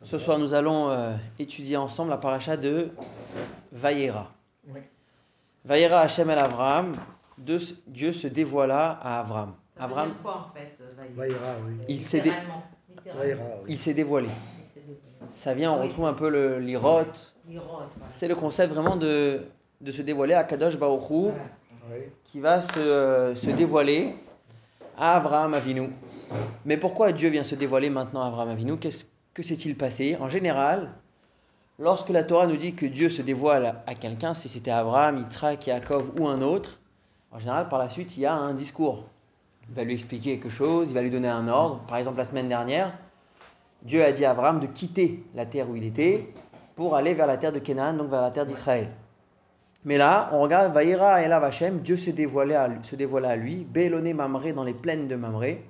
Ce soir, nous allons étudier ensemble la paracha de Vayera. Oui. Vayera Hashem el Avram, Dieu se dévoila à Avram. Ça veut dire quoi en fait, Vaïra, oui. Il Littéralement. Vaïra, oui. il s'est dévoilé. Il s'est dévoilé. Ça vient, on Oui. retrouve un peu l'irot. L'irode, voilà. C'est le concept vraiment de se dévoiler à Kadosh Baruch Hu, Voilà. Oui. qui va se dévoiler à Avraham Avinu. Mais pourquoi Dieu vient se dévoiler maintenant à Avraham Avinu? Que s'est-il passé? En général, lorsque la Torah nous dit que Dieu se dévoile à quelqu'un, si c'était Abraham, Yitzhak, Yaakov ou un autre, en général, par la suite, il y a un discours. Il va lui expliquer quelque chose, il va lui donner un ordre. Par exemple, la semaine dernière, Dieu a dit à Abraham de quitter la terre où il était pour aller vers la terre de Canaan, donc vers la terre d'Israël. Mais là, on regarde, Vayera Elav Hashem, Dieu se dévoila à lui, Béloné Mamré, dans les plaines de Mamré.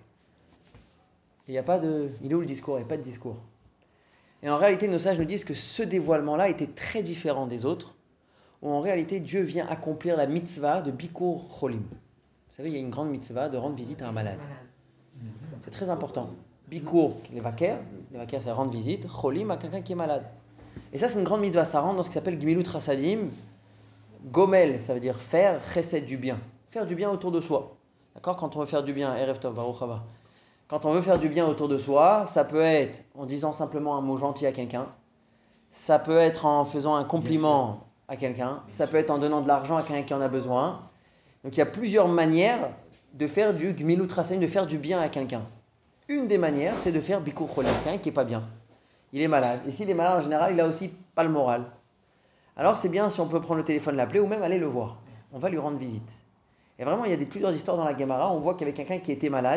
Il est où le discours? Il n'y a pas de discours. Et en réalité, nos sages nous disent que ce dévoilement-là était très différent des autres, où en réalité, Dieu vient accomplir la mitzvah de Bikur Cholim. Vous savez, il y a une grande mitzvah de rendre visite à un malade. C'est très important. Bikur, les vaquers c'est rendre visite, Cholim à quelqu'un qui est malade. Et ça, c'est une grande mitzvah, ça rentre dans ce qui s'appelle Gmilut Rasadim. Gomel, ça veut dire faire, chesed, du bien. Faire du bien autour de soi. D'accord? Quand on veut faire du bien, Erev Tov, Baruch Haba. Quand on veut faire du bien autour de soi, ça peut être en disant simplement un mot gentil à quelqu'un, ça peut être en faisant un compliment à quelqu'un, ça peut être en donnant de l'argent à quelqu'un qui en a besoin. Donc il y a plusieurs manières de faire du gmilut rasadim, de faire du bien à quelqu'un. Une des manières, c'est de faire bikur cholim, quelqu'un qui n'est pas bien. Il est malade. Et s'il est malade, en général, il n'a aussi pas le moral. Alors c'est bien si on peut prendre le téléphone, l'appeler ou même aller le voir. On va lui rendre visite. Et vraiment, il y a plusieurs histoires dans la Gemara. On voit qu'il y avait quelqu'un qui était malade.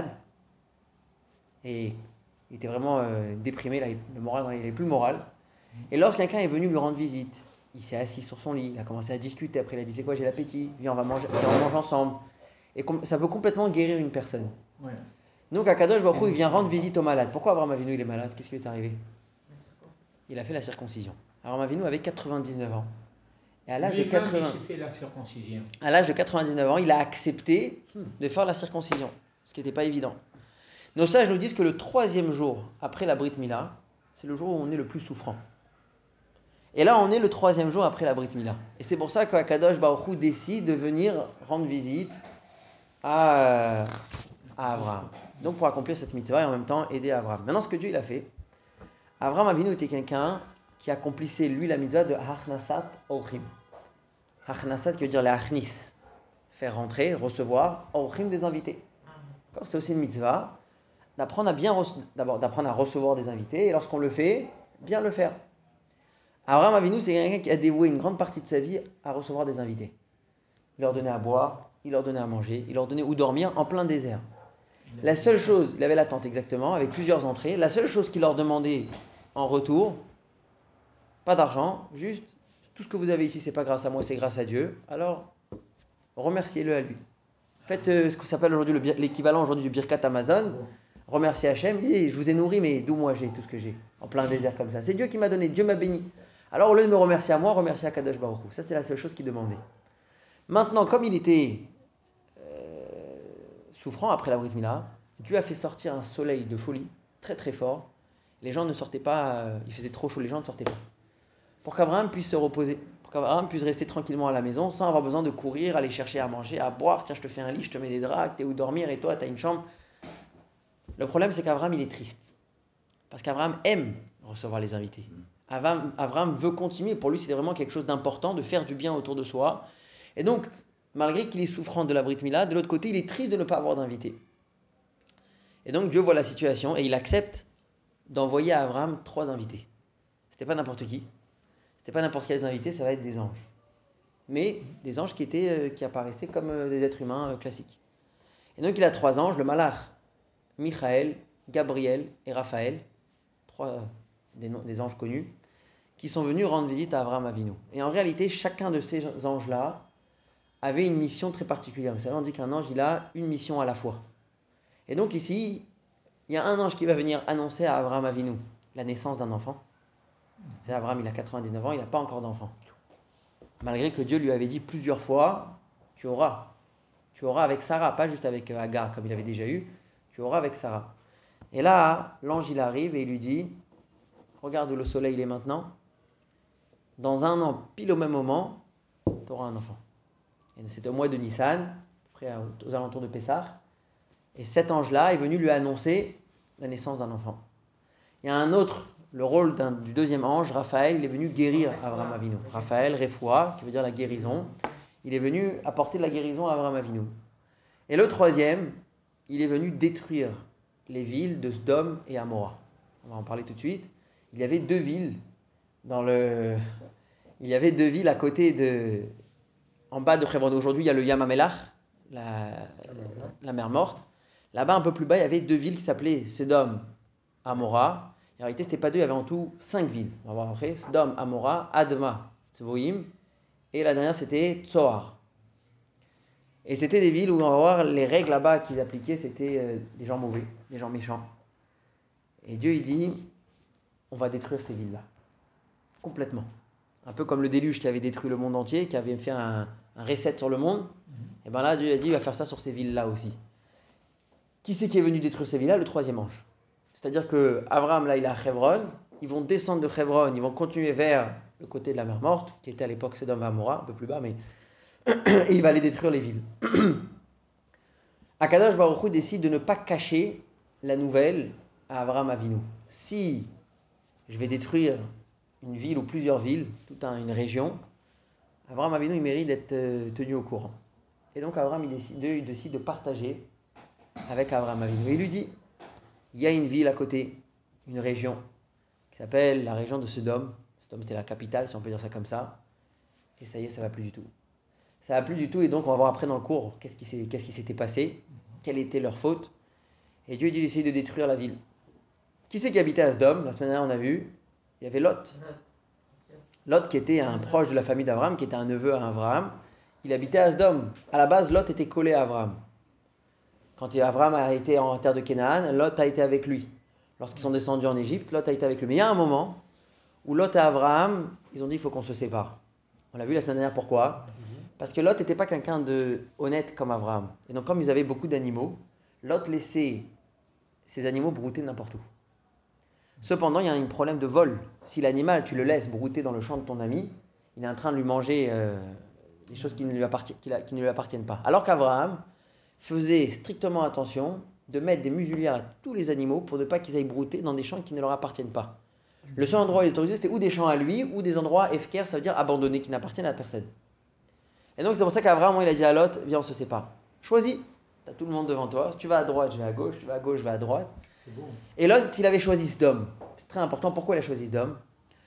Et il était vraiment déprimé, là, il n'avait plus le moral. Et lorsque quelqu'un est venu lui rendre visite, il s'est assis sur son lit, il a commencé à discuter, après il a dit c'est quoi, j'ai l'appétit, viens on va manger, viens, on mange ensemble. Et ça peut complètement guérir une personne. Ouais. Donc Akadosh Baruch Hu, il vient rendre visite aux malades. Pourquoi Abraham Avinu il est malade? Qu'est-ce qui lui est arrivé? Il a fait la circoncision. Abraham Avinu avait 99 ans. Et à l'âge de 80... il s'est fait la circoncision. À l'âge de 99 ans, il a accepté de faire la circoncision, ce qui n'était pas évident. Nos sages nous disent que le 3e jour après la Brit Mila, c'est le jour où on est le plus souffrant. Et là, on est le 3e jour après la Brit Mila. Et c'est pour ça qu'Akadosh Baruch Hu décide de venir rendre visite à Abraham. Donc pour accomplir cette mitzvah et en même temps aider Abraham. Maintenant, ce que Dieu il a fait, Abraham Avinu était quelqu'un qui accomplissait lui la mitzvah de Hachnasat Orchim. Hachnasat qui veut dire la Achnis, faire rentrer, recevoir, Orchim des invités. D'accord, c'est aussi une mitzvah. D'apprendre à recevoir des invités, et lorsqu'on le fait, bien le faire. Abraham Avinu, c'est quelqu'un qui a dévoué une grande partie de sa vie à recevoir des invités. Il leur donnait à boire, il leur donnait à manger, il leur donnait où dormir en plein désert. La seule chose, il avait la tente exactement, avec plusieurs entrées, la seule chose qu'il leur demandait en retour, pas d'argent, juste tout ce que vous avez ici, c'est pas grâce à moi, c'est grâce à Dieu, alors remerciez-le à lui. Faites ce que s'appelle aujourd'hui l'équivalent aujourd'hui du Birkat Amazon. Remerciez Hachem, disait, je vous ai nourri, mais d'où moi j'ai tout ce que j'ai, en plein désert comme ça. C'est Dieu qui m'a donné, Dieu m'a béni. Alors au lieu de me remercier à moi, remerciez à Kadosh Baruch Hu. Ça c'était la seule chose qu'il demandait. Maintenant, comme il était souffrant après la Brit Mila, Dieu a fait sortir un soleil de folie, très très fort. Les gens ne sortaient pas, il faisait trop chaud, les gens ne sortaient pas. Pour qu'Abraham puisse se reposer, pour qu'Abraham puisse rester tranquillement à la maison, sans avoir besoin de courir, aller chercher à manger, à boire, tiens je te fais un lit, je te mets des draps, t'es où dormir, et toi t'as une chambre. Le problème, c'est qu'Abraham, il est triste. Parce qu'Abraham aime recevoir les invités. Abraham veut continuer. Pour lui, c'était vraiment quelque chose d'important, de faire du bien autour de soi. Et donc, malgré qu'il est souffrant de la Brit Mila, de l'autre côté, il est triste de ne pas avoir d'invités. Et donc, Dieu voit la situation et il accepte d'envoyer à Abraham 3 invités. C'était pas n'importe qui. C'était pas n'importe quels invités, ça va être des anges. Mais des anges qui apparaissaient comme des êtres humains classiques. Et donc, il a 3 anges, le Malach, Michaël, Gabriel et Raphaël, 3 des anges connus, qui sont venus rendre visite à Abraham Avinu. Et en réalité, chacun de ces anges-là avait une mission très particulière. Vous savez, on dit qu'un ange, il a une mission à la fois. Et donc ici, il y a un ange qui va venir annoncer à Abraham Avinu la naissance d'un enfant. C'est Abraham, il a 99 ans, il n'a pas encore d'enfant. Malgré que Dieu lui avait dit plusieurs fois, tu auras avec Sarah, pas juste avec Agar comme il avait déjà eu, tu auras avec Sarah. Et là, l'ange il arrive et il lui dit, regarde où le soleil il est maintenant. Dans un an, pile au même moment, tu auras un enfant. Et c'était au mois de Nissan, après aux alentours de Pessah. Et cet ange-là est venu lui annoncer la naissance d'un enfant. Il y a un autre, le rôle du deuxième ange, Raphaël, il est venu guérir Abraham Avinu. Raphaël, Refoua, qui veut dire la guérison. Il est venu apporter de la guérison à Abraham Avinu. Et le troisième, il est venu détruire les villes de Sodome et Amora. On va en parler tout de suite. Il y avait deux villes à côté de... En bas de Hebron. Aujourd'hui, il y a le Yam HaMelach, la mer morte. Là-bas, un peu plus bas, il y avait deux villes qui s'appelaient Sodome, Amora. En réalité, ce n'était pas deux, il y avait en tout 5 villes. On va voir après. Sodome, Amora, Adma, Tsevoïm. Et la dernière, c'était Tsoar. Et c'était des villes où on va voir les règles là-bas qu'ils appliquaient, c'était des gens mauvais, des gens méchants. Et Dieu, il dit, on va détruire ces villes-là. Complètement. Un peu comme le déluge qui avait détruit le monde entier, qui avait fait un reset sur le monde. Et bien là, Dieu a dit, il va faire ça sur ces villes-là aussi. Qui c'est qui est venu détruire ces villes-là? Le troisième ange. C'est-à-dire que Abraham, là, il est à Hebron. Ils vont descendre de Hebron, ils vont continuer vers le côté de la mer morte, qui était à l'époque Sodome et Amora, un peu plus bas, mais... et il va aller détruire les villes. Akadosh Baruch Hu décide de ne pas cacher la nouvelle à Abraham Avinu. Si je vais détruire une ville ou plusieurs villes, toute une région, Abraham Avinu, il mérite d'être tenu au courant. Et donc Abraham, il décide de partager avec Abraham Avinu. Et il lui dit, il y a une ville à côté, une région, qui s'appelle la région de Sodome. Sodome, c'était la capitale, si on peut dire ça comme ça. Et ça y est, ça ne va plus du tout. Ça ne va plus du tout, et donc on va voir après dans le cours qu'est-ce qui s'était passé, quelle était leur faute. Et Dieu dit d'essayer de détruire la ville. Qui c'est qui habitait à Sodome? La semaine dernière, on a vu, il y avait Lot. Lot qui était un proche de la famille d'Abraham, qui était un neveu à Abraham. Il habitait à Sodome. À la base, Lot était collé à Abraham. Quand Abraham a été en terre de Canaan, Lot a été avec lui. Lorsqu'ils sont descendus en Égypte, Lot a été avec lui. Mais il y a un moment où Lot et Abraham, ils ont dit il faut qu'on se sépare. On l'a vu la semaine dernière, pourquoi? Parce que Lot n'était pas quelqu'un de honnête comme Abraham. Et donc comme ils avaient beaucoup d'animaux, Lot laissait ces animaux brouter n'importe où. Cependant, il y a un problème de vol. Si l'animal, tu le laisses brouter dans le champ de ton ami, il est en train de lui manger des choses qui ne lui appartiennent pas. Alors qu'Abraham faisait strictement attention de mettre des muselières à tous les animaux pour ne pas qu'ils aillent brouter dans des champs qui ne leur appartiennent pas. Le seul endroit où il est autorisé, c'était ou des champs à lui, ou des endroits efker, ça veut dire abandonnés, qui n'appartiennent à personne. Et donc c'est pour ça qu'Abraham, il a dit à Lot, viens, on se sépare. Choisis, tu as tout le monde devant toi, si tu vas à droite, je vais à gauche, tu vas à gauche, je vais à droite. Bon. Et Lot, il avait choisi Sodome. C'est très important, pourquoi il a choisi Sodome?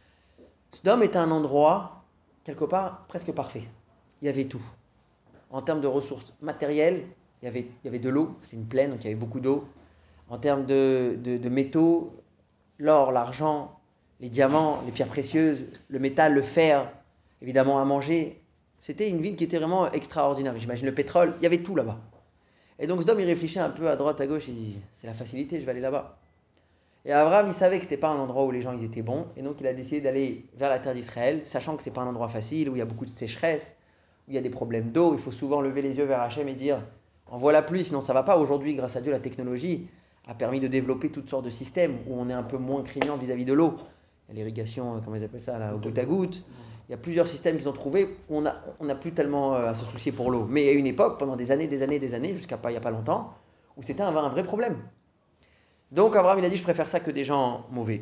Sodome était un endroit, quelque part, presque parfait. Il y avait tout. En termes de ressources matérielles, il y avait de l'eau, c'était une plaine, donc il y avait beaucoup d'eau. En termes de métaux, l'or, l'argent, les diamants, les pierres précieuses, le métal, le fer, évidemment à manger. C'était une ville qui était vraiment extraordinaire. J'imagine le pétrole, il y avait tout là-bas. Et donc Sodome, il réfléchit un peu à droite, à gauche, il dit, c'est la facilité, je vais aller là-bas. Et Abraham, il savait que ce n'était pas un endroit où les gens ils étaient bons, et donc il a décidé d'aller vers la terre d'Israël, sachant que ce n'est pas un endroit facile, où il y a beaucoup de sécheresse, où il y a des problèmes d'eau, il faut souvent lever les yeux vers Hachem et dire, envoie la pluie, sinon ça ne va pas. Aujourd'hui, grâce à Dieu, la technologie a permis de développer toutes sortes de systèmes où on est un peu moins craignant vis-à-vis de l'eau. Il y a l'irrigation, comment ils appellent ça, là, au goutte à goutte. Il y a plusieurs systèmes qu'ils ont trouvés où on n'a plus tellement à se soucier pour l'eau. Mais il y a une époque, pendant des années, jusqu'à il n'y a pas longtemps, où c'était un vrai problème. Donc Abraham, il a dit, je préfère ça que des gens mauvais.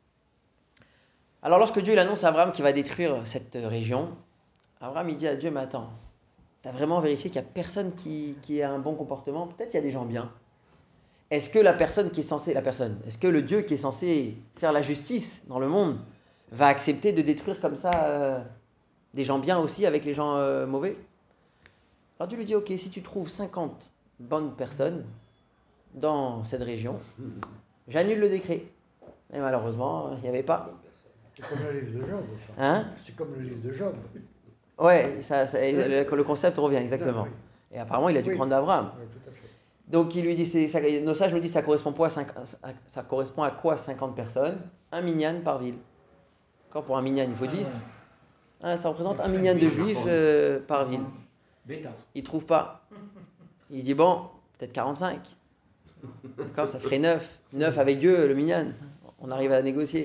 Alors lorsque Dieu il annonce à Abraham qu'il va détruire cette région, Abraham il dit à Dieu, mais attends, tu as vraiment vérifié qu'il n'y a personne qui a un bon comportement? Peut-être qu'il y a des gens bien. Est-ce que est-ce que le Dieu qui est censé faire la justice dans le monde va accepter de détruire comme ça des gens bien aussi avec les gens mauvais? Alors Dieu lui dit, ok, si tu trouves 50 bonnes personnes dans cette région, j'annule le décret. Et malheureusement, il n'y avait pas. C'est comme le livre de Job. Ça. Hein? C'est comme le livre de Job. Ouais, le concept revient, exactement. Oui. Et apparemment, il a dû prendre d'Abraham. Oui, tout à fait. Donc il lui dit, nos sages nous disent, ça correspond à quoi 50 personnes? Un minyan par ville. Quand pour un minyan, il faut 10. Ça représente un minyan de juifs par ville. Il ne trouve pas. Il dit, bon, peut-être 45. D'accord, ça ferait 9. 9 avec Dieu, le minyan. On arrive à négocier.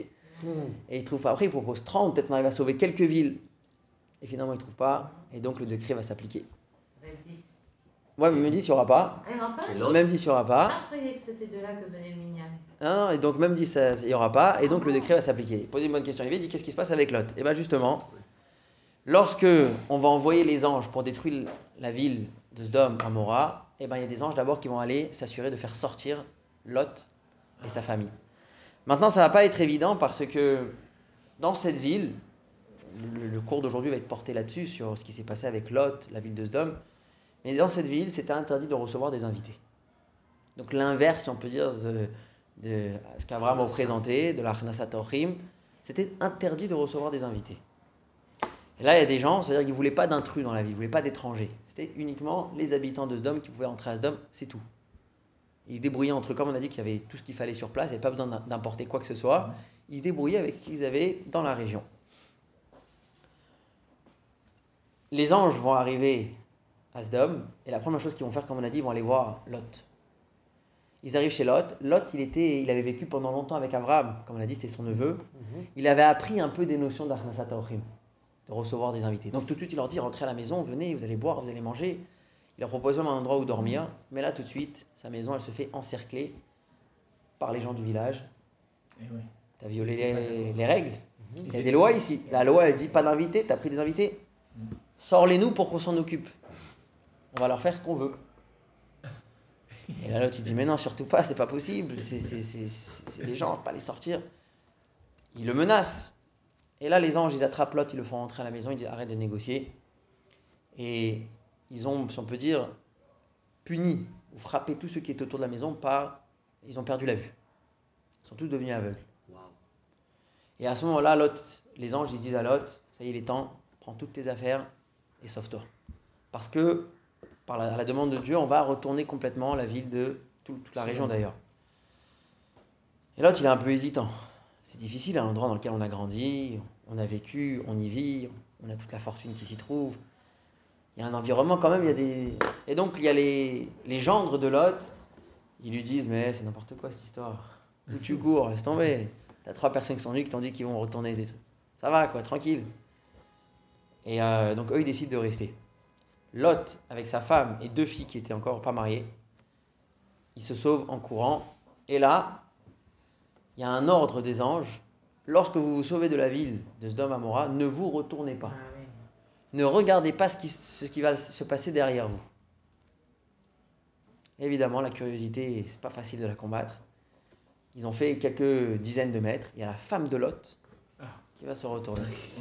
Et ils ne trouvent pas. Après, ils proposent 30, peut-être on arrive à sauver quelques villes. Et finalement, ils ne trouvent pas. Et donc, le décret va s'appliquer. Ça va être 10. Ouais, mais même 10, il n'y aura pas. Ah, il y aura pas. Et l'autre, Même 10, il n'y aura pas. Ah, je croyais que c'était de là que venait le minyan. Non, et donc même 10, il n'y aura pas. Et donc, le décret va s'appliquer. Posez une bonne question. Il dit qu'est-ce qui se passe avec Lot? Et bien, justement, lorsque on va envoyer les anges pour détruire la ville de Sodome, Amora, et ben il y a des anges d'abord qui vont aller s'assurer de faire sortir Lot et sa famille. Maintenant, ça ne va pas être évident parce que dans cette ville, le cours d'aujourd'hui va être porté là-dessus, sur ce qui s'est passé avec Lot, la ville de Sodome, mais dans cette ville, c'était interdit de recevoir des invités. Donc l'inverse, si on peut dire, de ce qu'Abraham représentait, de la Khnasat Orchim, c'était interdit de recevoir des invités. Et là, il y a des gens, c'est-à-dire qu'ils ne voulaient pas d'intrus dans la ville, ils ne voulaient pas d'étrangers. C'était uniquement les habitants de Sodome qui pouvaient entrer à Sodome, c'est tout. Ils se débrouillaient entre eux, comme on a dit qu'il y avait tout ce qu'il fallait sur place, il n'y avait pas besoin d'importer quoi que ce soit. Ils se débrouillaient avec ce qu'ils avaient dans la région. Les anges vont arriver à Sodome, et la première chose qu'ils vont faire, comme on a dit, ils vont aller voir Lot. Ils arrivent chez Lot. Lot, il avait vécu pendant longtemps avec Abraham, comme on a dit, c'était son neveu. Il avait appris un peu des notions d'Achnasat Orchim, de recevoir des invités. Donc tout de suite, il leur dit, rentrez à la maison, venez, vous allez boire, vous allez manger. Il leur propose même un endroit où dormir. Mais là, tout de suite, sa maison, elle se fait encercler par les gens du village. Tu as violé les règles. Il y a des lois ici. La loi, elle dit pas d'invités, tu as pris des invités. Sors-les-nous pour qu'on s'en occupe. On va leur faire ce qu'on veut. Et là, l'autre, il dit, mais non, surtout pas, c'est pas possible. C'est des gens, pas les sortir. Il le menace. Et là, les anges, ils attrapent Lot, ils le font rentrer à la maison, ils disent, arrête de négocier. Et ils ont, si on peut dire, puni ou frappé tous ceux qui étaient autour de la maison ils ont perdu la vue. Ils sont tous devenus aveugles. Wow. Et à ce moment-là, les anges, ils disent à Lot, ça y est, il est temps, prends toutes tes affaires et sauve-toi. Parce que, à la demande de Dieu, on va retourner complètement la ville de toute la région d'ailleurs. Et Lot, il est un peu hésitant. C'est difficile, un endroit dans lequel on a grandi, on a vécu, on y vit, on a toute la fortune qui s'y trouve. Il y a un environnement quand même, Et donc, il y a les gendres de Lot, ils lui disent, mais c'est n'importe quoi cette histoire. Où tu cours, laisse tomber. T'as 3 personnes qui sont venues qui t'ont dit qu'ils vont retourner des trucs. Ça va quoi, tranquille. Et donc eux, ils décident de rester. Lot, avec sa femme et 2 filles qui étaient encore pas mariées, ils se sauvent en courant. Et là, il y a un ordre des anges. Lorsque vous vous sauvez de la ville de Sodome Amora, ne vous retournez pas. Ah, oui. Ne regardez pas ce qui va se passer derrière vous. Évidemment, la curiosité, c'est pas facile de la combattre. Ils ont fait quelques dizaines de mètres. Il y a la femme de Lot qui va se retourner.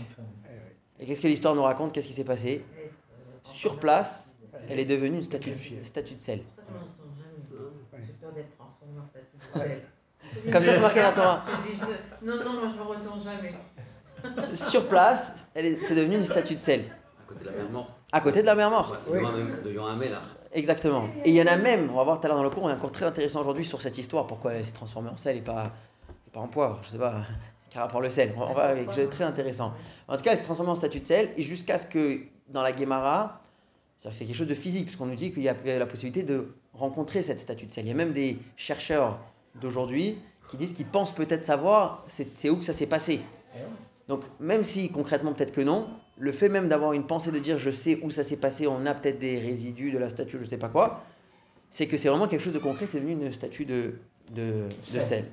Et qu'est-ce que l'histoire nous raconte? Qu'est-ce qui s'est passé? Sur place, elle est devenue une statue de sel. C'est pour ça que je ne retourne jamais. J'ai peur d'être transformée en statue de sel. Comme ça, c'est marqué dans la Torah. Je dis, non, moi je ne retourne jamais. Sur place, c'est devenu une statue de sel. À côté de la mer morte. À côté de la mer morte. Ouais, de Yohamé, là. Exactement. Et il y en a même, on va voir tout à l'heure dans le cours, on est encore très intéressant aujourd'hui sur cette histoire, pourquoi elle s'est transformée en sel et pas en poivre, je sais pas, car rapport le sel. On va avec quelque chose de très intéressant. En tout cas, elle s'est transformée en statue de sel, et jusqu'à ce que, dans la Guémara, c'est quelque chose de physique, parce qu'on nous dit qu'il y a la possibilité de rencontrer cette statue de sel. Il y a même des chercheurs d'aujourd'hui qui disent qu'ils pensent peut-être savoir c'est où que ça s'est passé. Donc, même si concrètement peut-être que non, le fait même d'avoir une pensée de dire je sais où ça s'est passé, on a peut-être des résidus de la statue, je sais pas quoi, c'est que c'est vraiment quelque chose de concret, c'est devenu une statue de sel.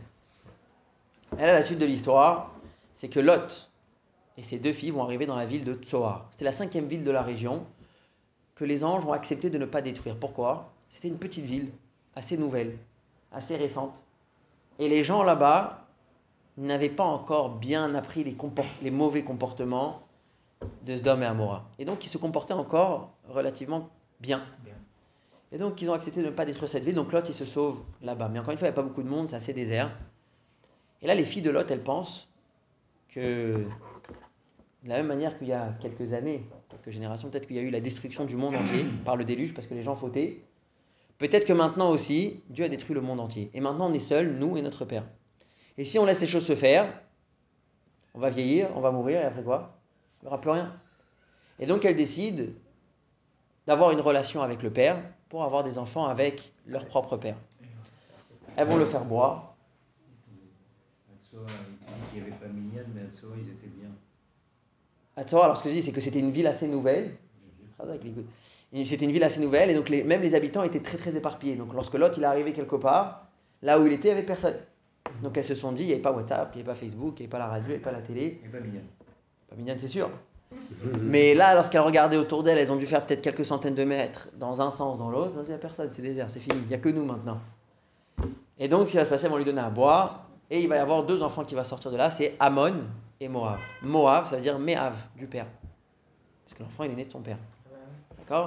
Et là, la suite de l'histoire, c'est que Lot et ses 2 filles vont arriver dans la ville de Tsoar. C'était la 5e ville de la région que les anges ont accepté de ne pas détruire. Pourquoi? C'était une petite ville, assez nouvelle, assez récente. Et les gens là-bas n'avaient pas encore bien appris les mauvais comportements de Sodome et Amora. Et donc, ils se comportaient encore relativement bien. Et donc, ils ont accepté de ne pas détruire cette ville. Donc, Lot, il se sauve là-bas. Mais encore une fois, il n'y a pas beaucoup de monde, c'est assez désert. Et là, les filles de Lot, elles pensent que, de la même manière qu'il y a quelques années, quelques générations, peut-être qu'il y a eu la destruction du monde entier par le déluge, parce que les gens fautaient. Peut-être que maintenant aussi, Dieu a détruit le monde entier. Et maintenant, on est seuls, nous et notre Père. Et si on laisse les choses se faire, on va vieillir, on va mourir, et après quoi? Il n'y aura plus rien. Et donc, elles décident d'avoir une relation avec le Père pour avoir des enfants avec leur propre Père. Elles vont le faire boire. Atsoa, il n'y avait pas Minyan, mais Atsoa, ils étaient bien. Attends, alors ce que je dis, c'est que c'était une ville assez nouvelle. C'était une ville assez nouvelle, et donc même les habitants étaient très très éparpillés. Donc lorsque Lot il est arrivé quelque part, là où il était, il n'y avait personne. Donc elles se sont dit, il n'y avait pas WhatsApp, il n'y avait pas Facebook, il n'y avait pas la radio, il n'y avait pas la télé. Il n'y avait pas Minyan. Pas mignonne, c'est sûr. Mais là, lorsqu'elles regardaient autour d'elles, elles ont dû faire peut-être quelques centaines de mètres dans un sens, dans l'autre. Il n'y a personne, c'est désert, c'est fini. Il n'y a que nous maintenant. Et donc, ce qui va se passer, ils vont lui donner à boire. Et il va y avoir 2 enfants qui vont sortir de là, c'est Ammon et Moab. Moab, ça veut dire Méav, du père. Parce que l'enfant, il est né de son père. D'accord ?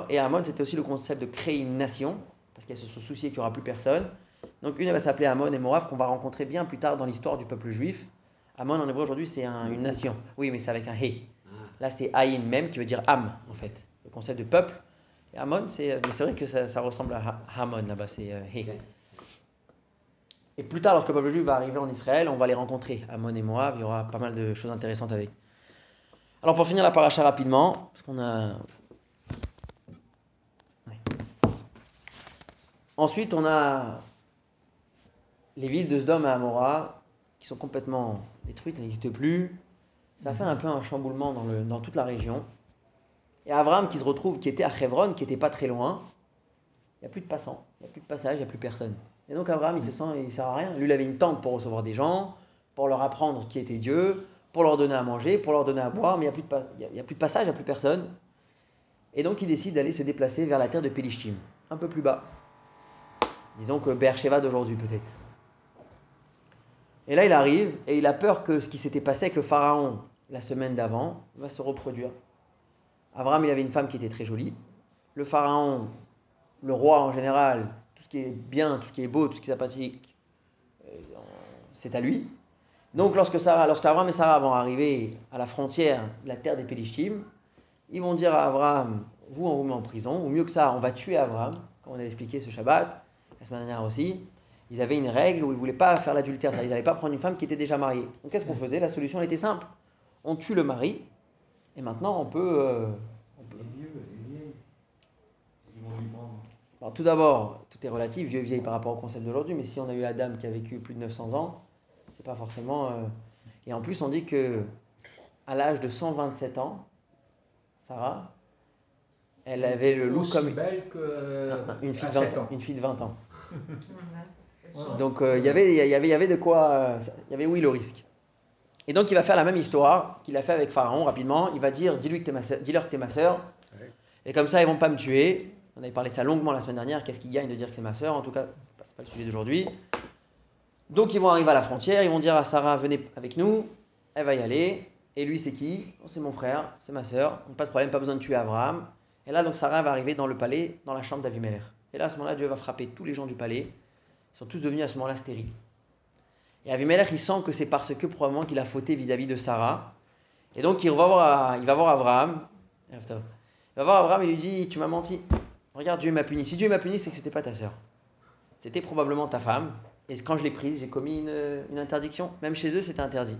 Et Ammon, c'était aussi le concept de créer une nation, parce qu'elles se sont souciées qu'il n'y aura plus personne. Donc, une, elle va s'appeler Ammon et Moab, qu'on va rencontrer bien plus tard dans l'histoire du peuple juif. Ammon, en hébreu, aujourd'hui, c'est une nation. Oui, mais c'est avec un He. Là, c'est Aïn même, qui veut dire âme, en fait. Le concept de peuple. Et Ammon, mais c'est vrai que ça ressemble à Hamon, là-bas, c'est He. Et plus tard, lorsque le peuple juif va arriver en Israël, on va les rencontrer. Ammon et Moab, il y aura pas mal de choses intéressantes avec. Alors, pour finir la paracha rapidement, parce qu'on a... Ouais. Ensuite, on a les villes de Sodome et Amora, qui sont complètement détruites, elles n'existent plus. Ça fait un peu un chamboulement dans toute la région. Et Abraham qui se retrouve, qui était à Hebron, qui n'était pas très loin, il n'y a plus de passants, il n'y a plus de passage, il n'y a plus personne. Et donc Abraham, il se sent, il ne sert à rien. Lui, il avait une tente pour recevoir des gens, pour leur apprendre qui était Dieu, pour leur donner à manger, pour leur donner à boire, mais il n'y a plus de passage, il n'y a plus personne. Et donc il décide d'aller se déplacer vers la terre de Pélishtim, un peu plus bas. Disons que Beersheba d'aujourd'hui peut-être. Et là, il arrive et il a peur que ce qui s'était passé avec le pharaon la semaine d'avant va se reproduire. Abraham, il avait une femme qui était très jolie. Le pharaon, le roi en général, tout ce qui est bien, tout ce qui est beau, tout ce qui est sympathique, c'est à lui. Donc, lorsqu'Abraham et Sarah vont arriver à la frontière de la terre des Pélishtim, ils vont dire à Abraham, vous, on vous met en prison, ou mieux que ça, on va tuer Abraham, comme on a expliqué ce Shabbat, la semaine dernière aussi. Ils avaient une règle où ils ne voulaient pas faire l'adultère, c'est-à-dire ils n'allaient pas prendre une femme qui était déjà mariée. Donc qu'est-ce qu'on faisait ? La solution elle était simple. On tue le mari, et maintenant on peut... Les vieux, les vieilles, ils vont lui prendre. Alors, tout d'abord, tout est relatif, vieux et vieille par rapport au concept d'aujourd'hui, mais si on a eu Adam qui a vécu plus de 900 ans, c'est pas forcément... Et en plus on dit que à l'âge de 127 ans, Sarah, elle avait le look comme... belle que une fille de 20 ans. Voilà. Donc il y avait de quoi, il y avait oui le risque. Et donc il va faire la même histoire qu'il a fait avec Pharaon rapidement. Il va dire dis-leur que t'es ma sœur. Ouais. Et comme ça ils vont pas me tuer. On avait parlé ça longuement la semaine dernière. Qu'est-ce qu'ils gagnent de dire que c'est ma sœur ? En tout cas c'est pas le sujet d'aujourd'hui. Donc ils vont arriver à la frontière. Ils vont dire à Sarah venez avec nous. Elle va y aller. Et lui c'est qui ? Oh, c'est mon frère, c'est ma sœur. Donc pas de problème, pas besoin de tuer Abraham. Et là donc Sarah va arriver dans le palais, dans la chambre d'Avimelech. Et là à ce moment-là Dieu va frapper tous les gens du palais. Ils sont tous devenus à ce moment-là stériles. Et Avimelech, il sent que c'est parce que probablement qu'il a fauté vis-à-vis de Sarah. Et donc il va voir Abraham. Il va voir Abraham et lui dit tu m'as menti. Regarde, Dieu m'a puni. Si Dieu m'a puni, c'est que c'était pas ta sœur. C'était probablement ta femme. Et quand je l'ai prise, j'ai commis une interdiction. Même chez eux, c'était interdit.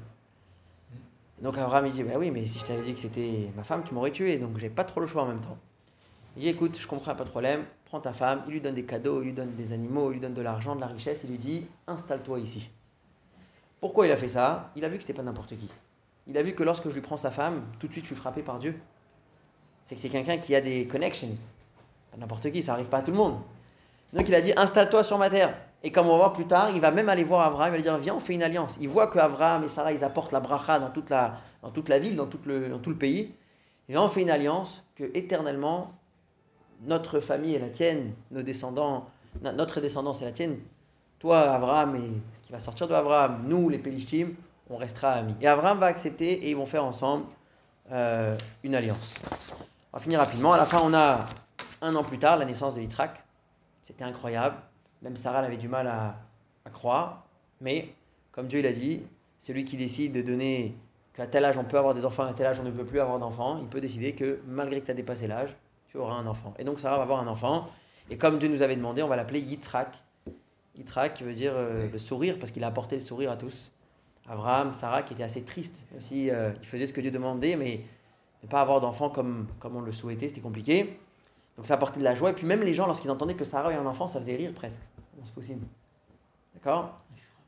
Et donc Abraham, il dit bah oui, mais si je t'avais dit que c'était ma femme, tu m'aurais tué. Donc j'ai pas trop le choix en même temps. Il dit écoute, je comprends, pas de problème. Prends ta femme, il lui donne des cadeaux, il lui donne des animaux, il lui donne de l'argent, de la richesse, il lui dit installe-toi ici. Pourquoi il a fait ça ? Il a vu que c'était pas n'importe qui. Il a vu que lorsque je lui prends sa femme, tout de suite je suis frappé par Dieu. C'est que c'est quelqu'un qui a des connections. Pas n'importe qui, ça arrive pas à tout le monde. Donc il a dit installe-toi sur ma terre. Et comme on va voir plus tard, il va même aller voir Abraham, il va lui dire viens, on fait une alliance. Il voit que Abraham et Sarah ils apportent la bracha dans toute la ville, dans tout le pays. Et là on fait une alliance que éternellement notre famille est la tienne, nos descendants, notre descendance est la tienne. Toi, Abraham, et ce qui va sortir de Abraham, nous, les Pélishtim, on restera amis. Et Abraham va accepter et ils vont faire ensemble une alliance. On va finir rapidement. À la fin, on a 1 an plus tard la naissance de Yitzhak. C'était incroyable. Même Sarah elle avait du mal à croire. Mais, comme Dieu il a dit, celui qui décide de donner qu'à tel âge on peut avoir des enfants, à tel âge on ne peut plus avoir d'enfants, il peut décider que malgré que tu as dépassé l'âge, tu auras un enfant. Et donc Sarah va avoir un enfant. Et comme Dieu nous avait demandé, on va l'appeler Yitzhak. Yitzhak qui veut dire le sourire, parce qu'il a apporté le sourire à tous. Abraham, Sarah qui était assez triste. Aussi, il faisait ce que Dieu demandait, mais ne pas avoir d'enfant comme on le souhaitait, c'était compliqué. Donc ça apportait de la joie. Et puis même les gens, lorsqu'ils entendaient que Sarah avait un enfant, ça faisait rire presque. Comment c'est possible ? D'accord ?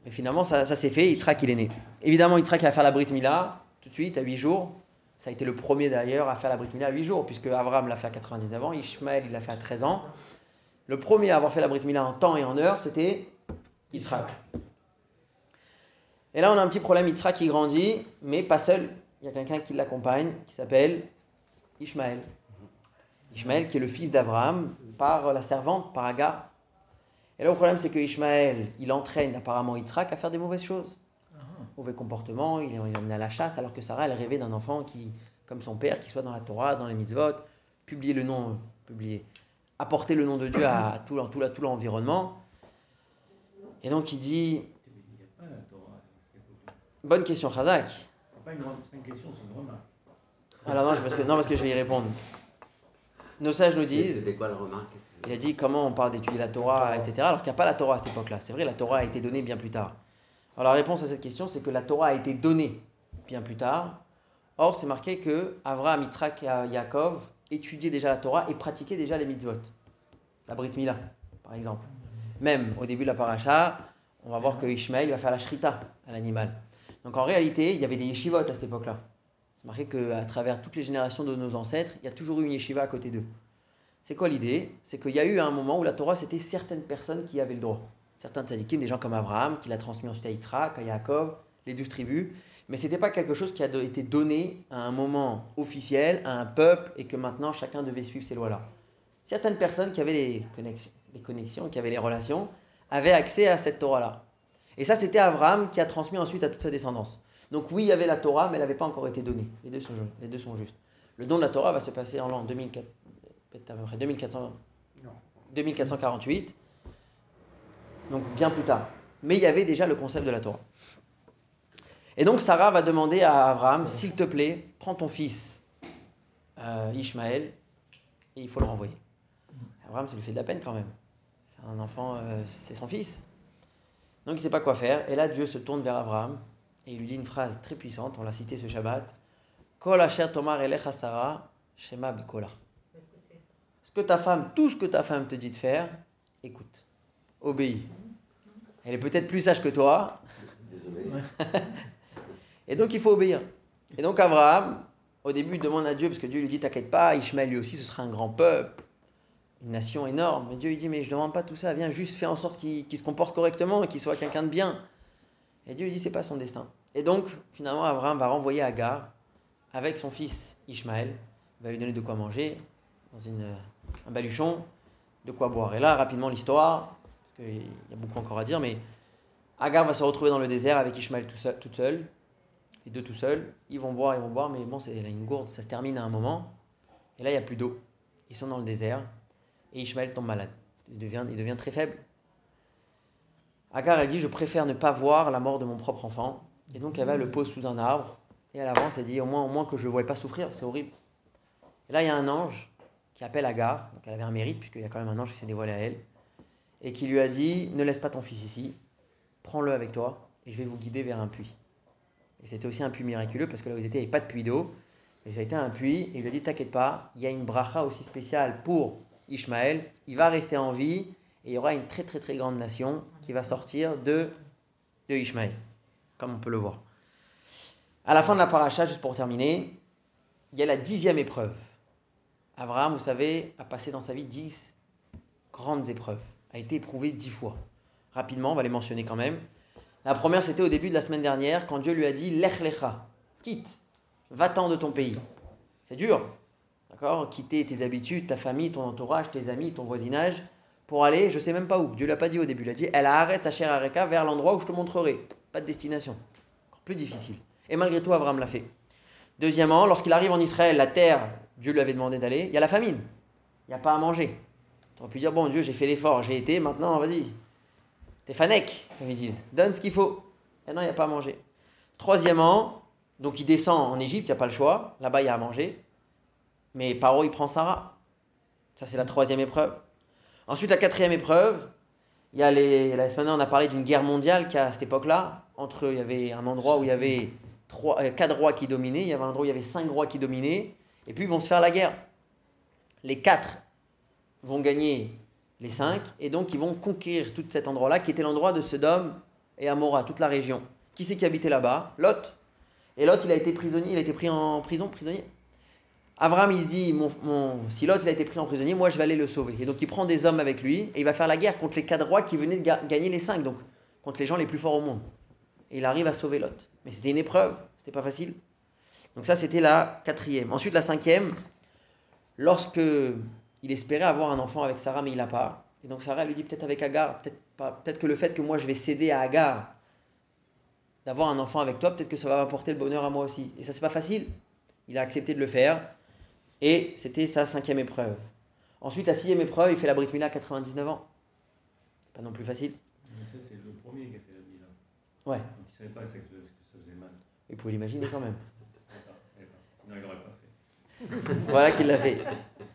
Et finalement, ça s'est fait, Yitzhak, il est né. Évidemment, Yitzhak va faire la Brit Mila, tout de suite, à 8 jours. Ça a été le premier d'ailleurs à faire la Brit Mila à 8 jours, puisque Abraham l'a fait à 99 ans, Ishmaël, il l'a fait à 13 ans. Le premier à avoir fait la Brit Mila en temps et en heure, c'était Yitzhak. Et là, on a un petit problème, Yitzhak qui grandit, mais pas seul. Il y a quelqu'un qui l'accompagne, qui s'appelle Ishmaël. Ishmaël qui est le fils d'Abraham par la servante, par Agar. Et là, le problème, c'est que Ishmaël, il entraîne apparemment Yitzhak à faire des mauvaises choses. Mauvais comportement, il emmène à la chasse, alors que Sarah, elle rêvait d'un enfant qui, comme son père, qui soit dans la Torah, dans les mitzvot, apporter le nom de Dieu à tout l'environnement. Et donc, il dit... Il n'y a pas la Torah à cette époque-là. Bonne question, Khazak. C'est pas une question, c'est une remarque. Alors non, parce que je vais y répondre. Nos sages nous disent... C'était quoi la remarque? Il a dit comment on parle d'étudier la Torah, etc. Alors qu'il n'y a pas la Torah à cette époque-là. C'est vrai, la Torah a été donnée bien plus tard. Alors la réponse à cette question, c'est que la Torah a été donnée bien plus tard. Or, c'est marqué que Avraham, Yitzhak et Yaakov étudiaient déjà la Torah et pratiquaient déjà les mitzvot. La Brit Mila, par exemple. Même au début de la paracha, on va voir que Ishmaël va faire la shrita à l'animal. Donc en réalité, il y avait des yeshivot à cette époque-là. C'est marqué qu'à travers toutes les générations de nos ancêtres, il y a toujours eu une yeshiva à côté d'eux. C'est quoi l'idée? C'est qu'il y a eu un moment où la Torah, c'était certaines personnes qui avaient le droit. Certains tzadikim, des gens comme Abraham, qui l'a transmis ensuite à Yitzhak, à Yaakov, les 12 tribus. Mais ce n'était pas quelque chose qui a été donné à un moment officiel, à un peuple, et que maintenant chacun devait suivre ces lois-là. Certaines personnes qui avaient les connexions, qui avaient les relations, avaient accès à cette Torah-là. Et ça, c'était Abraham qui a transmis ensuite à toute sa descendance. Donc oui, il y avait la Torah, mais elle n'avait pas encore été donnée. Les deux sont justes. Le don de la Torah va se passer en l'an 2448, donc bien plus tard. Mais il y avait déjà le concept de la Torah. Et donc Sarah va demander à Abraham, s'il te plaît, prends ton fils Ishmaël, et il faut le renvoyer. Abraham, ça lui fait de la peine quand même. C'est un enfant, c'est son fils. Donc il ne sait pas quoi faire. Et là, Dieu se tourne vers Abraham et il lui dit une phrase très puissante, on l'a cité ce Shabbat. Kol asher tomar elecha Sarah, shema bikola. Tout ce que ta femme te dit de faire, écoute, obéis. Elle est peut-être plus sage que toi. Désolé. Et donc il faut obéir. Et donc Abraham, au début, il demande à Dieu, parce que Dieu lui dit, t'inquiète pas, Ishmaël lui aussi, ce sera un grand peuple, une nation énorme. Mais Dieu lui dit, mais je ne demande pas tout ça, viens juste fais en sorte qu'il se comporte correctement et qu'il soit quelqu'un de bien. Et Dieu lui dit, c'est pas son destin. Et donc, finalement, Abraham va renvoyer Agar avec son fils Ishmaël, il va lui donner de quoi manger, dans un baluchon, de quoi boire. Et là, rapidement, l'histoire, parce qu'il y a beaucoup encore à dire, mais Agar va se retrouver dans le désert avec Ishmaël toute seule, les deux tout seuls. Ils vont boire, mais bon, c'est une gourde, ça se termine à un moment. Et là, il n'y a plus d'eau. Ils sont dans le désert, et Ishmaël tombe malade. Il devient très faible. Agar, elle dit, je préfère ne pas voir la mort de mon propre enfant. Et donc, elle va le pose sous un arbre, et à l'avance, elle dit, au moins que je ne le voie pas souffrir, c'est horrible. Et là, il y a un ange qui appelle Agar, donc elle avait un mérite, puisqu'il y a quand même un ange qui s'est dévoilé à elle, et qui lui a dit, ne laisse pas ton fils ici, prends-le avec toi, et je vais vous guider vers un puits. Et c'était aussi un puits miraculeux, parce que là où ils étaient, il n'y avait pas de puits d'eau, mais ça a été un puits, et il lui a dit, t'inquiète pas, il y a une bracha aussi spéciale pour Ishmaël, il va rester en vie, et il y aura une très très très grande nation qui va sortir de Ishmaël, comme on peut le voir. À la fin de la paracha, juste pour terminer, il y a la 10e épreuve. Abraham, vous savez, a passé dans sa vie 10 grandes épreuves, a été éprouvé 10 fois. Rapidement, on va les mentionner quand même. La première, c'était au début de la semaine dernière, quand Dieu lui a dit « Lech lecha », quitte, va-t'en de ton pays. C'est dur, d'accord? Quitter tes habitudes, ta famille, ton entourage, tes amis, ton voisinage, pour aller, je ne sais même pas où. Dieu ne l'a pas dit au début, il a dit « Elle arrête Asher Areka vers l'endroit où je te montrerai ». Pas de destination, encore plus difficile. Et malgré tout, Abraham l'a fait. Deuxièmement, lorsqu'il arrive en Israël, la terre, Dieu lui avait demandé d'aller, il y a la famine, il n'y a pas à manger. Tu aurais pu dire, bon Dieu, j'ai fait l'effort, j'ai été, maintenant, vas-y, t'es fanek, comme ils disent, donne ce qu'il faut. Et non, il n'y a pas à manger. Troisièmement, donc il descend en Égypte, il n'y a pas le choix, là-bas il y a à manger, mais Paro, il prend Sarah. Ça, c'est la 3e épreuve. Ensuite, la 4e épreuve, il y a la semaine dernière, on a parlé d'une guerre mondiale qui, à cette époque-là, il y avait un endroit où il y avait 4 rois qui dominaient, il y avait un endroit où il y avait 5 rois qui dominaient, et puis ils vont se faire la guerre. Les 4 vont gagner les 5, et donc ils vont conquérir tout cet endroit-là, qui était l'endroit de Sodome et Amora, toute la région. Qui c'est qui habitait là-bas? Lot. Et Lot, il a été prisonnier, il a été pris en prison, prisonnier. Abraham, il se dit, si Lot il a été pris en prisonnier, moi je vais aller le sauver. Et donc il prend des hommes avec lui et il va faire la guerre contre les 4 rois qui venaient de gagner les 5, donc contre les gens les plus forts au monde. Et il arrive à sauver Lot. Mais c'était une épreuve, c'était pas facile. Donc ça, c'était la 4e. Ensuite, la 5e, lorsque il espérait avoir un enfant avec Sarah, mais il l'a pas. Et donc Sarah elle lui dit peut-être avec Agar, peut-être que le fait que moi je vais céder à Agar d'avoir un enfant avec toi, peut-être que ça va m'apporter le bonheur à moi aussi. Et ça, c'est pas facile. Il a accepté de le faire. Et c'était sa 5e épreuve. Ensuite, la 6e épreuve, il fait la Brit Mila à 99 ans. C'est pas non plus facile. Mais ça, c'est le premier qui a fait la Mila. Ouais. Donc, il ne savait pas que ça faisait mal. Il pouvait l'imaginer quand même. Sinon, il n'aurait pas fait. Voilà qu'il l'a fait.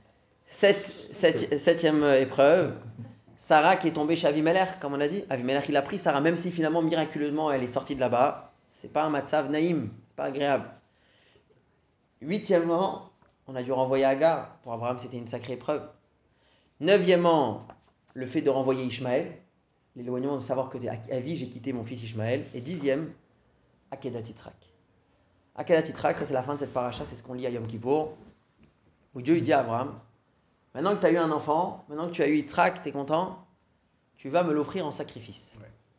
7e épreuve. Sarah qui est tombée chez Avimelech, comme on a dit. Avimelech, il a pris Sarah, même si finalement, miraculeusement, elle est sortie de là-bas. C'est pas un matzav naïm. C'est pas agréable. 8e, on a dû renvoyer Agar. Pour Abraham, c'était une sacrée épreuve. 9e, le fait de renvoyer Ishmaël. L'éloignement de savoir que à vie, j'ai quitté mon fils Ishmaël. Et 10e, Akedat Yitzhak. Akedat Yitzhak, ça c'est la fin de cette paracha, c'est ce qu'on lit à Yom Kippour. Où Dieu il dit à Abraham, maintenant que tu as eu un enfant, maintenant que tu as eu Yitzhak, tu es content, tu vas me l'offrir en sacrifice.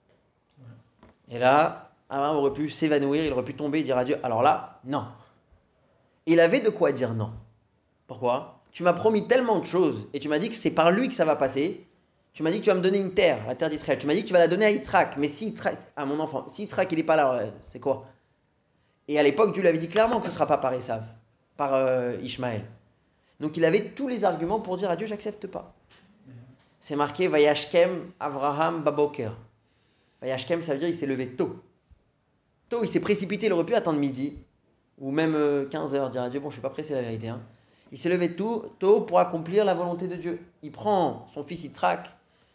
Ouais. Et là, Abraham aurait pu s'évanouir, il aurait pu tomber et dire à Dieu, alors là, non. Il avait de quoi dire non. Pourquoi? Tu m'as promis tellement de choses et tu m'as dit que c'est par lui que ça va passer. Tu m'as dit que tu vas me donner une terre, la terre d'Israël. Tu m'as dit que tu vas la donner à Yitzhak. Mais si Yitzhak, à mon enfant, si Yitzhak il n'est pas là, c'est quoi? Et à l'époque, Dieu lui avait dit clairement que ce ne sera pas par Esav, par Ishmaël. Donc il avait tous les arguments pour dire à Dieu, j'accepte pas. C'est marqué Vayashkem Avraham Baboker. Vayashkem, ça veut dire il s'est levé tôt. Tôt, il s'est précipité, il aurait pu attendre midi. Ou même 15h, dire à Dieu, bon, je ne suis pas pressé, la vérité. Hein. Il s'est levé tôt pour accomplir la volonté de Dieu. Il prend son fils Yitzhak,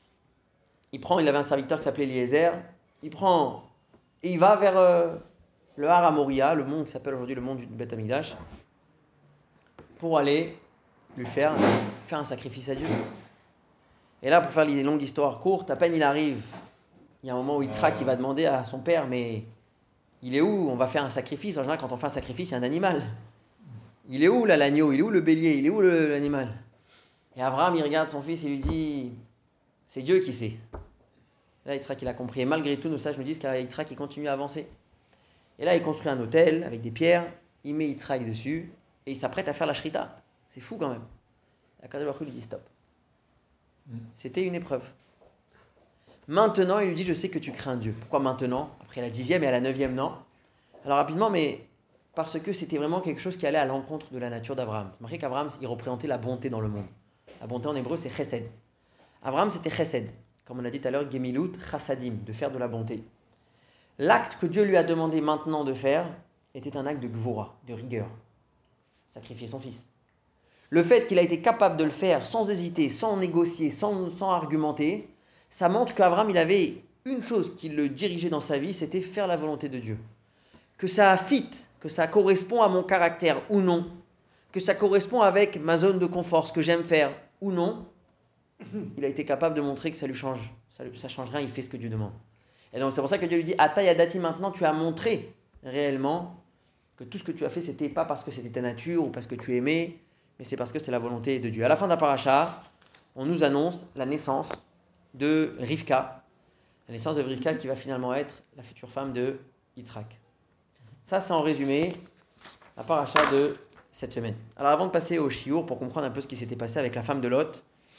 il avait un serviteur qui s'appelait Eliezer, il prend, et il va vers le Har Moria, le mont qui s'appelle aujourd'hui le mont du Beth Amikdash, pour aller lui faire un sacrifice à Dieu. Et là, pour faire les longues histoires courtes, à peine il arrive, il y a un moment où Yitzhak il va demander à son père, mais il est où? On va faire un sacrifice. En général, quand on fait un sacrifice, il y a un animal. Il est où là l'agneau? Il est où le bélier? Il est où l'animal? Et Abraham, il regarde son fils et lui dit, c'est Dieu qui sait. Là, Yitzhak, il a compris. Et malgré tout, nos sages me disent qu'Yitzhak, il continue à avancer. Et là, il construit un autel avec des pierres, il met Yitzhak dessus et il s'apprête à faire la shrita. C'est fou quand même. Et Akadosh Baruch Hu lui dit stop. C'était une épreuve. Maintenant, il lui dit, je sais que tu crains Dieu. Pourquoi maintenant? Après la 10e et à la 9e, non. Alors rapidement, mais parce que c'était vraiment quelque chose qui allait à l'encontre de la nature d'Abraham. C'est marqué qu'Abraham, il représentait la bonté dans le monde. La bonté en hébreu, c'est chesed. Abraham, c'était chesed. Comme on a dit tout à l'heure, gemilut, chassadim, de faire de la bonté. L'acte que Dieu lui a demandé maintenant de faire était un acte de gvura, de rigueur. Sacrifier son fils. Le fait qu'il a été capable de le faire sans hésiter, sans négocier, sans argumenter, ça montre qu'Abraham, il avait une chose qui le dirigeait dans sa vie, c'était faire la volonté de Dieu. Que ça fit, que ça correspond à mon caractère ou non, que ça correspond avec ma zone de confort, ce que j'aime faire ou non, il a été capable de montrer que ça lui change. Ça change rien, il fait ce que Dieu demande. Et donc c'est pour ça que Dieu lui dit, Ata Yadati, maintenant tu as montré réellement que tout ce que tu as fait, c'était pas parce que c'était ta nature ou parce que tu aimais, mais c'est parce que c'était la volonté de Dieu. À la fin de la paracha, on nous annonce la naissance de Rivka, la naissance de Rivka qui va finalement être la future femme de Yitzhak. Ça, c'est en résumé la paracha de cette semaine. Alors avant de passer au shiur, pour comprendre un peu ce qui s'était passé avec la femme de Lot,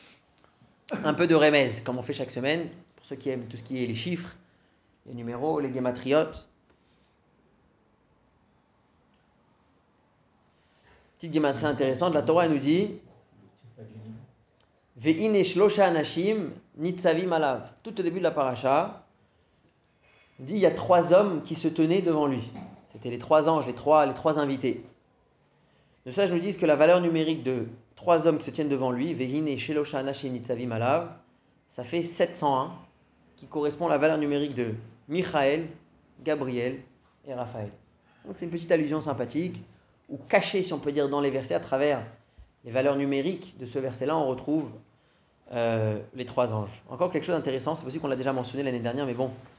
un peu de remez, comme on fait chaque semaine, pour ceux qui aiment tout ce qui est les chiffres, les numéros, les gématriotes. Petite gématrie intéressante, la Torah nous dit Ve'ine shlosha anashim nitzavim alav. Tout au début de la paracha, il dit il y a 3 hommes qui se tenaient devant lui. C'était les 3 anges, les trois invités. Les sages nous disent que la valeur numérique de 3 hommes qui se tiennent devant lui, Ve'ine shlosha anashim nitzavim alav, ça fait 701, qui correspond à la valeur numérique de Michaël, Gabriel et Raphaël. Donc c'est une petite allusion sympathique, ou cachée, si on peut dire, dans les versets, à travers les valeurs numériques de ce verset-là, on retrouve les 3 anges. Encore quelque chose d'intéressant, c'est possible qu'on l'a déjà mentionné l'année dernière, mais bon,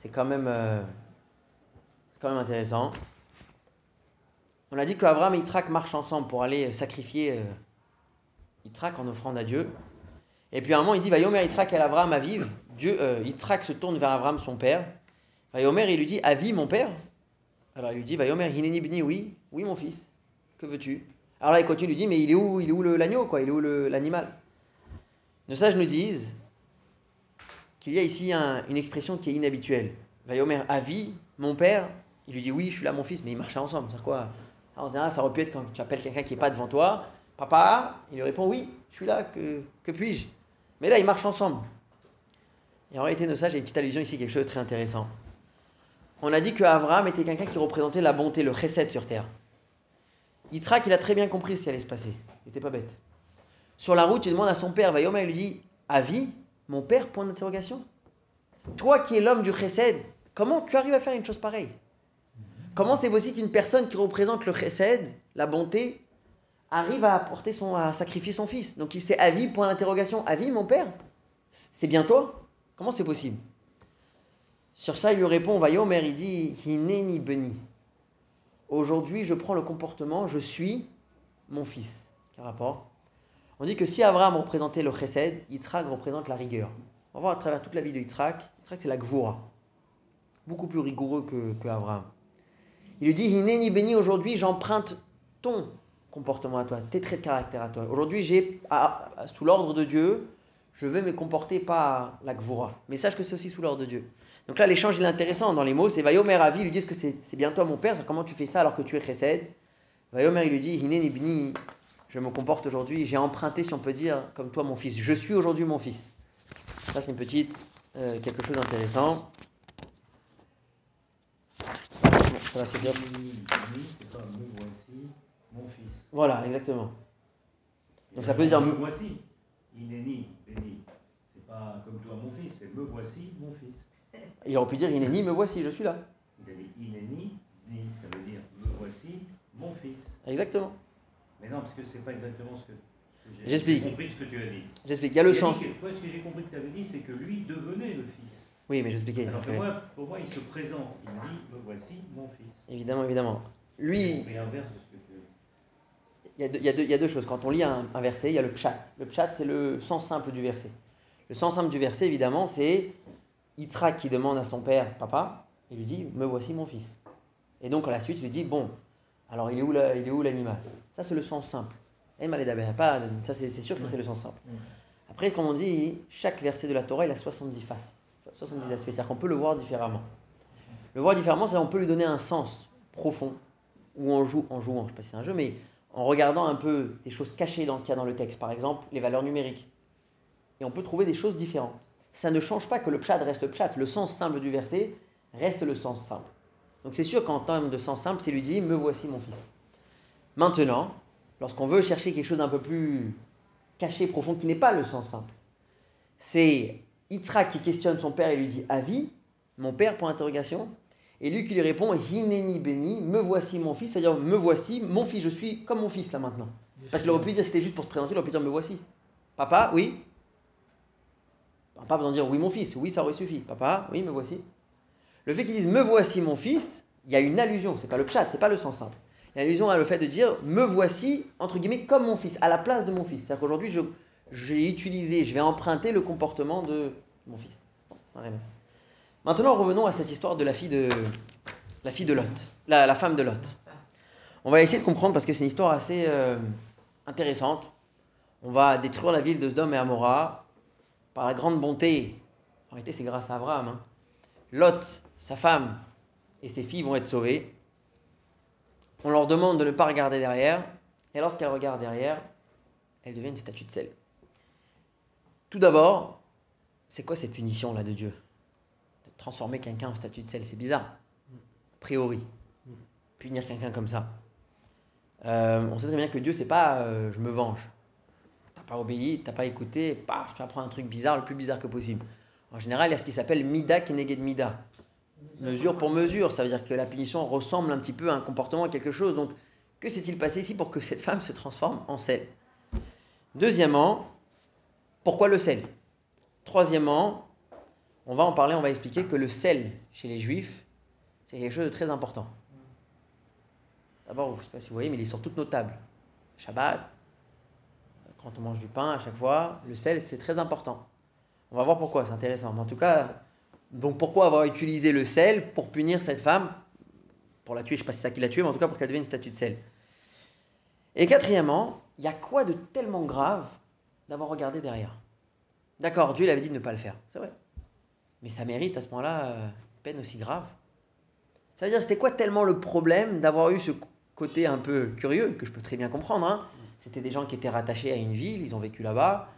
c'est quand même intéressant. On a dit qu'Abraham et Yitzhak marchent ensemble pour aller sacrifier Yitzhak en offrande à Dieu. Et puis à un moment, il dit Vayomer Yitzhak el Avraham aviv. Yitzhak se tourne vers Abraham, son père. Vayomer, il lui dit Avi, mon père. Alors il lui dit Vayomer Hineni bni, oui, mon fils. Que veux-tu? Alors là, il continue, il lui dit mais il est où l'agneau, quoi? Il est où l'animal? Nos sages nous disent qu'il y a ici une expression qui est inhabituelle. Vayomer Avi, mon père. Il lui dit oui, je suis là, mon fils, mais ils marchaient ensemble. C'est quoi? En général, ça aurait pu être quand tu appelles quelqu'un qui n'est pas devant toi. Papa, il lui répond oui, je suis là, que puis-je? Mais là, ils marchent ensemble. Et en réalité, nos sages, il y a une petite allusion ici, quelque chose de très intéressant. On a dit qu'Abraham était quelqu'un qui représentait la bonté, le chesed sur terre. Yitzhak, il a très bien compris ce qui allait se passer. Il n'était pas bête. Sur la route, il demande à son père, Vayomer, il lui dit Avi, mon père, point d'interrogation. Toi qui es l'homme du chesed, comment tu arrives à faire une chose pareille? Comment c'est possible qu'une personne qui représente le chesed, la bonté, arrive à sacrifier son fils? Donc il sait Avi, point d'interrogation. Avi, mon père, c'est bien toi? Comment c'est possible? Sur ça, il lui répond, Vayomer, il dit Hineni beni. Aujourd'hui, je prends le comportement, je suis mon fils. Quel rapport? On dit que si Abraham représentait le chesed, Yitzhak représente la rigueur. On va voir à travers toute la vie de Yitzhak. Yitzhak, c'est la gvura. Beaucoup plus rigoureux que Abraham. Il lui dit Hineni beni, aujourd'hui, j'emprunte ton comportement à toi, tes traits de caractère à toi. Aujourd'hui, sous l'ordre de Dieu, je veux me comporter pas la gvura. Mais sache que c'est aussi sous l'ordre de Dieu. Donc là, l'échange il est intéressant dans les mots. C'est Vayomer Avi, ils lui disent que c'est bien toi mon père. Comment tu fais ça alors que tu es chesed? Vayomer, il lui dit Hineni beni, je me comporte aujourd'hui, j'ai emprunté, si on peut dire, comme toi mon fils. Je suis aujourd'hui mon fils. Ça, c'est une petite, quelque chose d'intéressant. Bon, ça va se dire. C'est pas me voici mon fils. Voilà, exactement. Donc Et ça peut se dire. me voici. Ineni, béni. C'est pas comme toi mon fils, c'est me voici mon fils. Il aurait pu dire Hineni, me voici, je suis là. Il a dit Ineni, ni, ça veut dire me voici mon fils. Exactement. Mais non, parce que c'est pas exactement ce que J'explique. J'ai compris ce que tu as dit. J'explique, il y a le sens. Ce que j'ai compris que tu avais dit, c'est que lui devenait le fils. Oui, mais j'expliquais. Alors que pour moi, il se présente. Il me dit me voici mon fils. Évidemment. Lui. C'est l'inverse de ce que tu as dit. Il y a deux choses. Quand on lit un verset, il y a le pshat. Le pshat, c'est le sens simple du verset. Le sens simple du verset, évidemment, c'est Yitzhak qui demande à son père, papa, il lui dit, me voici mon fils. Et donc, à la suite, il lui dit, bon, alors il est où l'animal? Ça, c'est le sens simple. Ça, c'est sûr que ça, c'est le sens simple. Après, comme on dit, chaque verset de la Torah, il a 70 faces, 70 aspects. C'est-à-dire qu'on peut le voir différemment. Le voir différemment, c'est qu'on peut lui donner un sens profond, ou en jouant, je ne sais pas si c'est un jeu, mais en regardant un peu des choses cachées qu'il y a dans le texte, par exemple les valeurs numériques. Et on peut trouver des choses différentes. Ça ne change pas que le pshat reste le pshat. Le sens simple du verset reste le sens simple. Donc c'est sûr qu'en termes de sens simple, c'est lui dit « me voici mon fils ». Maintenant, lorsqu'on veut chercher quelque chose d'un peu plus caché, profond, qui n'est pas le sens simple, c'est Yitzhak qui questionne son père et lui dit « Avi, mon père ?» point d'interrogation. Et lui qui lui répond « Hineni beni, me voici mon fils », c'est-à-dire « me voici, mon fils, je suis comme mon fils là maintenant ». Parce qu'il aurait pu dire c'était juste pour se présenter, il aurait pu dire « me voici ». Papa, oui. Pas besoin de dire « oui mon fils », oui ça aurait suffi. Papa, oui me voici. Le fait qu'ils disent « me voici mon fils », il y a une allusion, c'est pas le pshat, c'est pas le sens simple. Il y a une allusion à le fait de dire « me voici » entre guillemets comme mon fils, à la place de mon fils. C'est-à-dire qu'aujourd'hui je vais emprunter le comportement de mon fils. Bon, c'est un rémesse. Maintenant revenons à cette histoire de la fille de Lot, la femme de Lot. On va essayer de comprendre parce que c'est une histoire assez intéressante. On va détruire la ville de Sodome et Amora par la grande bonté. En réalité, c'est grâce à Abraham. Hein. Lot, sa femme et ses filles vont être sauvées. On leur demande de ne pas regarder derrière. Et lorsqu'elles regardent derrière, elles deviennent une statue de sel. Tout d'abord, c'est quoi cette punition-là de Dieu? De transformer quelqu'un en statue de sel, c'est bizarre. A priori, punir quelqu'un comme ça. On sait très bien que Dieu, c'est pas je me venge. T'as pas obéi, t'as pas écouté, paf, tu vas prendre un truc bizarre, le plus bizarre que possible. En général, il y a ce qui s'appelle mida keneged mida. Mesure pour mesure, ça veut dire que la punition ressemble un petit peu à un comportement, à quelque chose. Donc, que s'est-il passé ici pour que cette femme se transforme en sel? Deuxièmement, pourquoi le sel? Troisièmement, On va en parler, on va expliquer que le sel chez les juifs, c'est quelque chose de très important. D'abord, je ne sais pas si vous voyez, mais il est sur toutes nos tables. Shabbat, quand on mange du pain à chaque fois, le sel, c'est très important. On va voir pourquoi, c'est intéressant. Mais en tout cas, donc pourquoi avoir utilisé le sel pour punir cette femme, pour la tuer, je ne sais pas si c'est ça qui l'a tuée, mais en tout cas pour qu'elle devienne une statue de sel. Et quatrièmement, il y a quoi de tellement grave d'avoir regardé derrière? D'accord, Dieu il avait dit de ne pas le faire, c'est vrai. Mais ça mérite à ce moment-là une peine aussi grave. Ça veut dire, c'était quoi tellement le problème d'avoir eu ce côté un peu curieux, que je peux très bien comprendre, hein. C'était des gens qui étaient rattachés à une ville, ils ont vécu là-bas.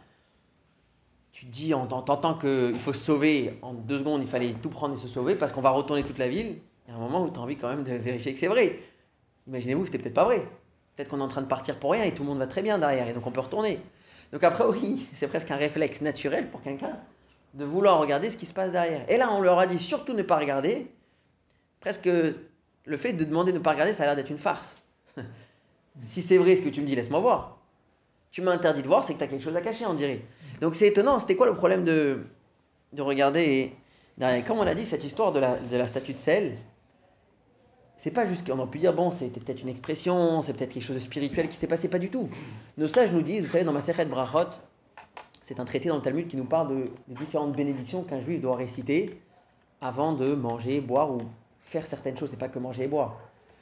Tu te dis, en t'entendant qu'il faut se sauver, en 2 secondes, il fallait tout prendre et se sauver, parce qu'on va retourner toute la ville. Il y a un moment où tu as envie quand même de vérifier que c'est vrai. Imaginez-vous que c'était peut-être pas vrai. Peut-être qu'on est en train de partir pour rien et tout le monde va très bien derrière, et donc on peut retourner. Donc après, oui, c'est presque un réflexe naturel pour quelqu'un de vouloir regarder ce qui se passe derrière. Et là, on leur a dit surtout ne pas regarder. Presque le fait de demander de ne pas regarder, ça a l'air d'être une farce. Si c'est vrai ce que tu me dis, laisse-moi voir. Tu m'as interdit de voir, c'est que tu as quelque chose à cacher, on dirait. Donc c'est étonnant, c'était quoi le problème de regarder derrière? Comme on a dit, cette histoire de la statue de sel, c'est pas juste qu'on a pu dire, bon, c'était peut-être une expression, c'est peut-être quelque chose de spirituel qui s'est passé, pas du tout. Nos sages nous disent, vous savez, dans Masechet Brachot, c'est un traité dans le Talmud qui nous parle des différentes bénédictions qu'un juif doit réciter avant de manger, boire ou faire certaines choses, c'est pas que manger et boire.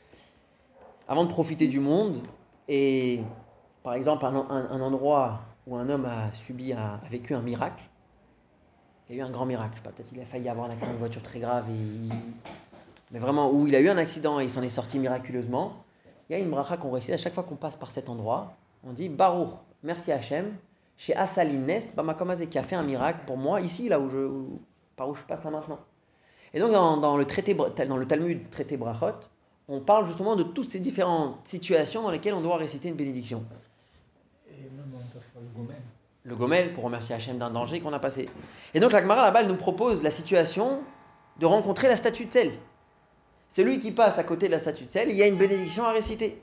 Avant de profiter du monde, et par exemple, un endroit où un homme a vécu un miracle, il y a eu un grand miracle, je sais pas, peut-être il a failli avoir un accident de voiture très grave, mais vraiment où il a eu un accident et il s'en est sorti miraculeusement, il y a une bracha qu'on récite à chaque fois qu'on passe par cet endroit, on dit Baruch, merci Hachem, chez Asalines, Bamakomazé qui a fait un miracle pour moi, ici, là par où je passe là maintenant. Et donc dans le Talmud traité Brachot, on parle justement de toutes ces différentes situations dans lesquelles on doit réciter une bénédiction. Et même on peut faire le gomel. Le gomel, pour remercier Hachem d'un danger qu'on a passé. Et donc la Gemara là-bas, elle nous propose la situation de rencontrer la statue de sel. Celui qui passe à côté de la statue de sel, il y a une bénédiction à réciter.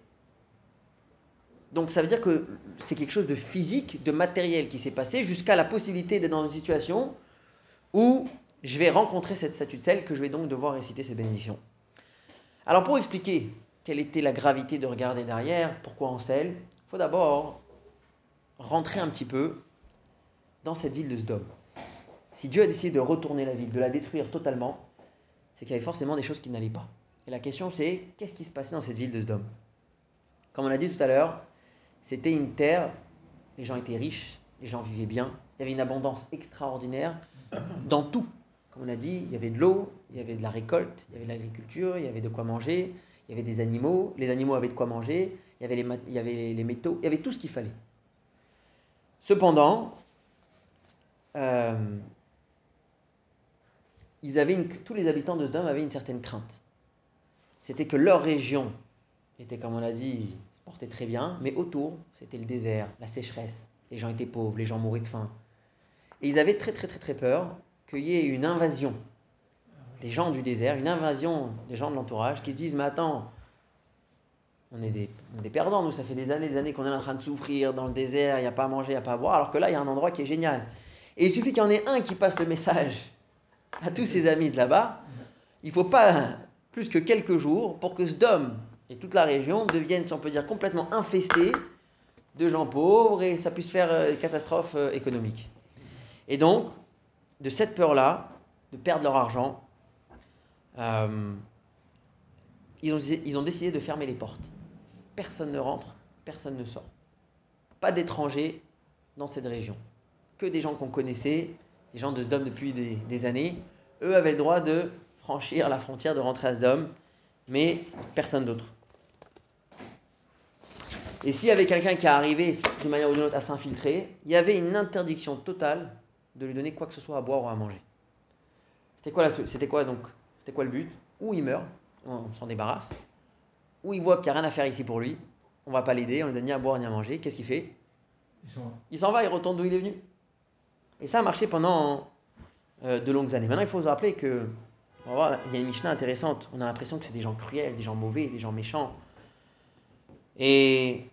Donc ça veut dire que c'est quelque chose de physique, de matériel qui s'est passé, jusqu'à la possibilité d'être dans une situation où je vais rencontrer cette statue de sel, que je vais donc devoir réciter cette bénédiction. Alors pour expliquer quelle était la gravité de regarder derrière, pourquoi on scelle, il faut d'abord rentrer un petit peu dans cette ville de Sdom. Si Dieu a décidé de retourner la ville, de la détruire totalement, c'est qu'il y avait forcément des choses qui n'allaient pas. Et la question c'est, qu'est-ce qui se passait dans cette ville de Sdom? Comme on l'a dit tout à l'heure, c'était une terre, les gens étaient riches, les gens vivaient bien, il y avait une abondance extraordinaire dans tout. Comme on a dit, il y avait de l'eau, il y avait de la récolte, il y avait de l'agriculture, il y avait de quoi manger, il y avait des animaux, les animaux avaient de quoi manger, il y avait les métaux, il y avait tout ce qu'il fallait. Cependant, tous les habitants de Sdom avaient une certaine crainte. C'était que leur région était, comme on l'a dit, se portait très bien, mais autour, c'était le désert, la sécheresse, les gens étaient pauvres, les gens mouraient de faim. Et ils avaient très très très très peur qu'il y ait une invasion des gens du désert, une invasion des gens de l'entourage qui se disent « Mais attends, on est des perdants, nous, ça fait des années qu'on est en train de souffrir dans le désert, il n'y a pas à manger, il n'y a pas à boire, alors que là, il y a un endroit qui est génial. » Et il suffit qu'il y en ait un qui passe le message à tous ses amis de là-bas. Il ne faut pas plus que quelques jours pour que Sdom et toute la région deviennent, si on peut dire, complètement infestés de gens pauvres et ça puisse faire des catastrophes économiques. Et donc, de cette peur-là, de perdre leur argent, ils ont décidé de fermer les portes. Personne ne rentre, personne ne sort. Pas d'étrangers dans cette région. Que des gens qu'on connaissait, des gens de Sdom depuis des années. Eux avaient le droit de franchir la frontière, de rentrer à Sdom, mais personne d'autre. Et s'il y avait quelqu'un qui arrivait d'une manière ou d'une autre à s'infiltrer, il y avait une interdiction totale de lui donner quoi que ce soit à boire ou à manger. C'était quoi le but? Ou il meurt, on s'en débarrasse, ou il voit qu'il n'y a rien à faire ici pour lui, on ne va pas l'aider, on ne lui donne ni à boire ni à manger. Qu'est-ce qu'il fait? Il s'en va, il retourne d'où il est venu. Et ça a marché pendant de longues années. Maintenant, il faut se rappeler que, on va voir, il y a une Mishnah intéressante. On a l'impression que c'est des gens cruels, des gens mauvais, des gens méchants. Et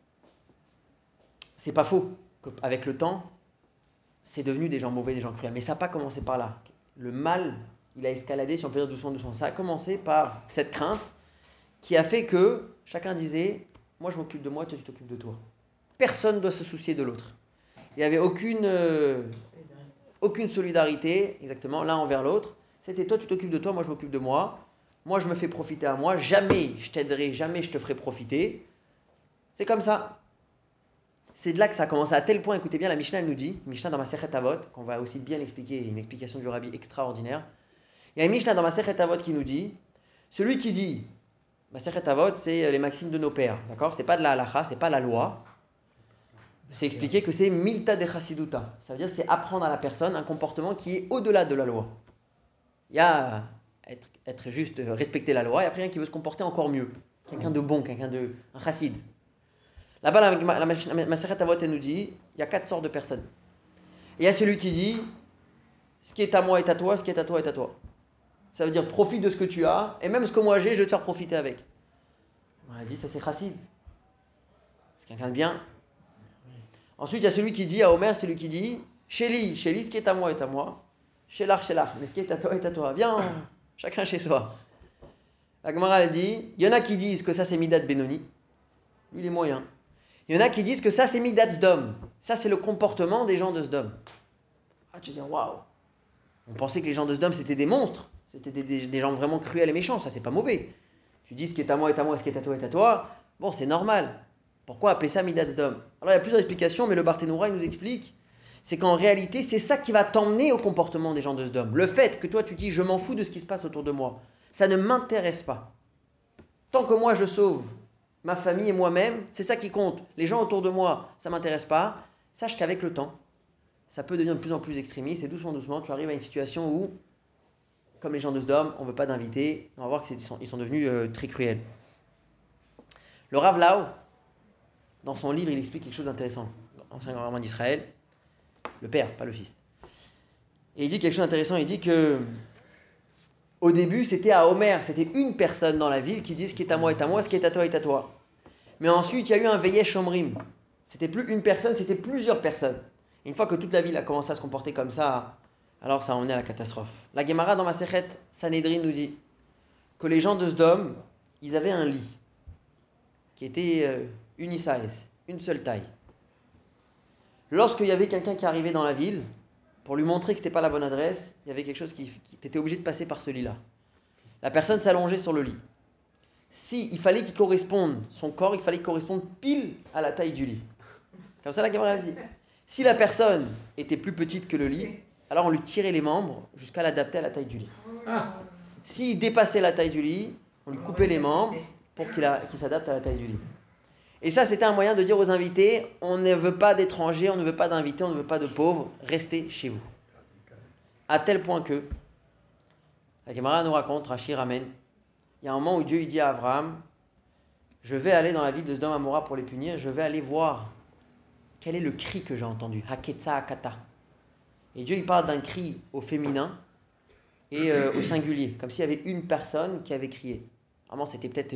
c'est pas faux qu'avec le temps, c'est devenu des gens mauvais, des gens cruels. Mais ça n'a pas commencé par là. le mal, il a escaladé, si on peut dire doucement, doucement. Ça a commencé par cette crainte qui a fait que chacun disait, moi je m'occupe de moi, toi tu t'occupes de toi. Personne ne doit se soucier de l'autre. Il n'y avait aucune solidarité, exactement, l'un envers l'autre. C'était toi tu t'occupes de toi, moi je m'occupe de moi. Moi je me fais profiter à moi, jamais je t'aiderai, jamais je te ferai profiter. C'est comme ça. C'est de là que ça a commencé à tel point, écoutez bien, la Mishnah elle nous dit, Mishnah dans Masechet Avot, qu'on va aussi bien l'expliquer, une explication du Rabbi extraordinaire. Il y a une Mishnah dans Masechet Avot qui nous dit, celui qui dit, Masechet Avot c'est les maximes de nos pères, d'accord? C'est pas de la halacha, c'est pas la loi. C'est expliqué que c'est milta de chassiduta. Ça veut dire c'est apprendre à la personne un comportement qui est au-delà de la loi. Il y a être juste, respecter la loi, et après un qui veut se comporter encore mieux. Quelqu'un de bon, un chassid. Là-bas, la Masechet Avot, elle nous dit, il y a 4 sortes de personnes. Et il y a celui qui dit, ce qui est à moi est à toi, ce qui est à toi est à toi. Ça veut dire, profite de ce que tu as, et même ce que moi j'ai, je vais te faire profiter avec. On a dit, ça c'est chassid. C'est quelqu'un de bien. Ensuite, il y a celui qui dit, à Omer, celui qui dit, Chéli, ce qui est à moi est à moi. Shélach, mais ce qui est à toi est à toi. Viens, chacun chez soi. La Gemara, elle dit, il y en a qui disent que ça c'est Midat Benoni. Lui, il est moyen. Il y en a qui disent que ça, c'est Midat Sdom. Ça, c'est le comportement des gens de Sdom. Ah, tu dis, waouh. On pensait que les gens de Sdom, c'était des monstres. C'était des gens vraiment cruels et méchants. Ça, c'est pas mauvais. Tu dis, ce qui est à moi est à moi, ce qui est à toi est à toi. Bon, c'est normal. Pourquoi appeler ça Midat Sdom? Alors, il y a plusieurs explications, mais le Barthénoura, il nous explique. C'est qu'en réalité, c'est ça qui va t'emmener au comportement des gens de Sdom. Le fait que toi, tu dis, je m'en fous de ce qui se passe autour de moi. Ça ne m'intéresse pas. Tant que moi, je sauve ma famille et moi-même, c'est ça qui compte. Les gens autour de moi, ça ne m'intéresse pas. Sache qu'avec le temps, ça peut devenir de plus en plus extrémiste et doucement, doucement, tu arrives à une situation où, comme les gens de Sdom, on ne veut pas d'inviter. On va voir qu'ils sont devenus très cruels. Le Rav Lau, dans son livre, il explique quelque chose d'intéressant. L'ancien grand rabbin d'Israël, le père, pas le fils. Et il dit quelque chose d'intéressant. Il dit que au début, c'était à Omer, c'était une personne dans la ville qui dit ce qui est à moi est à moi, ce qui est à toi est à toi. Mais ensuite, il y a eu un Veyesh Omrim. C'était plus une personne, c'était plusieurs personnes. Et une fois que toute la ville a commencé à se comporter comme ça, alors ça a emmené à la catastrophe. La Gemara dans Masechet Sanhedrin nous dit que les gens de Sdom, ils avaient un lit qui était unisize, une seule taille. Lorsqu'il y avait quelqu'un qui arrivait dans la ville, pour lui montrer que ce n'était pas la bonne adresse, il y avait quelque chose qui était obligé de passer par ce lit-là. La personne s'allongeait sur le lit. Il fallait qu'il corresponde, son corps, il fallait qu'il corresponde pile à la taille du lit. Comme ça, la caméra dit. Si la personne était plus petite que le lit, alors on lui tirait les membres jusqu'à l'adapter à la taille du lit. S'il dépassait la taille du lit, on lui coupait les membres pour qu'il s'adapte à la taille du lit. Et ça, c'était un moyen de dire aux invités, on ne veut pas d'étrangers, on ne veut pas d'invités, on ne veut pas de pauvres, restez chez vous. À tel point que, la Gemara nous raconte, Rashi ramène, il y a un moment où Dieu il dit à Abraham, je vais aller dans la ville de Sodome et Gomorrha pour les punir, je vais aller voir quel est le cri que j'ai entendu, Haketsa Hakata. Et Dieu il parle d'un cri au féminin et au singulier, comme s'il y avait une personne qui avait crié. Vraiment, c'était peut-être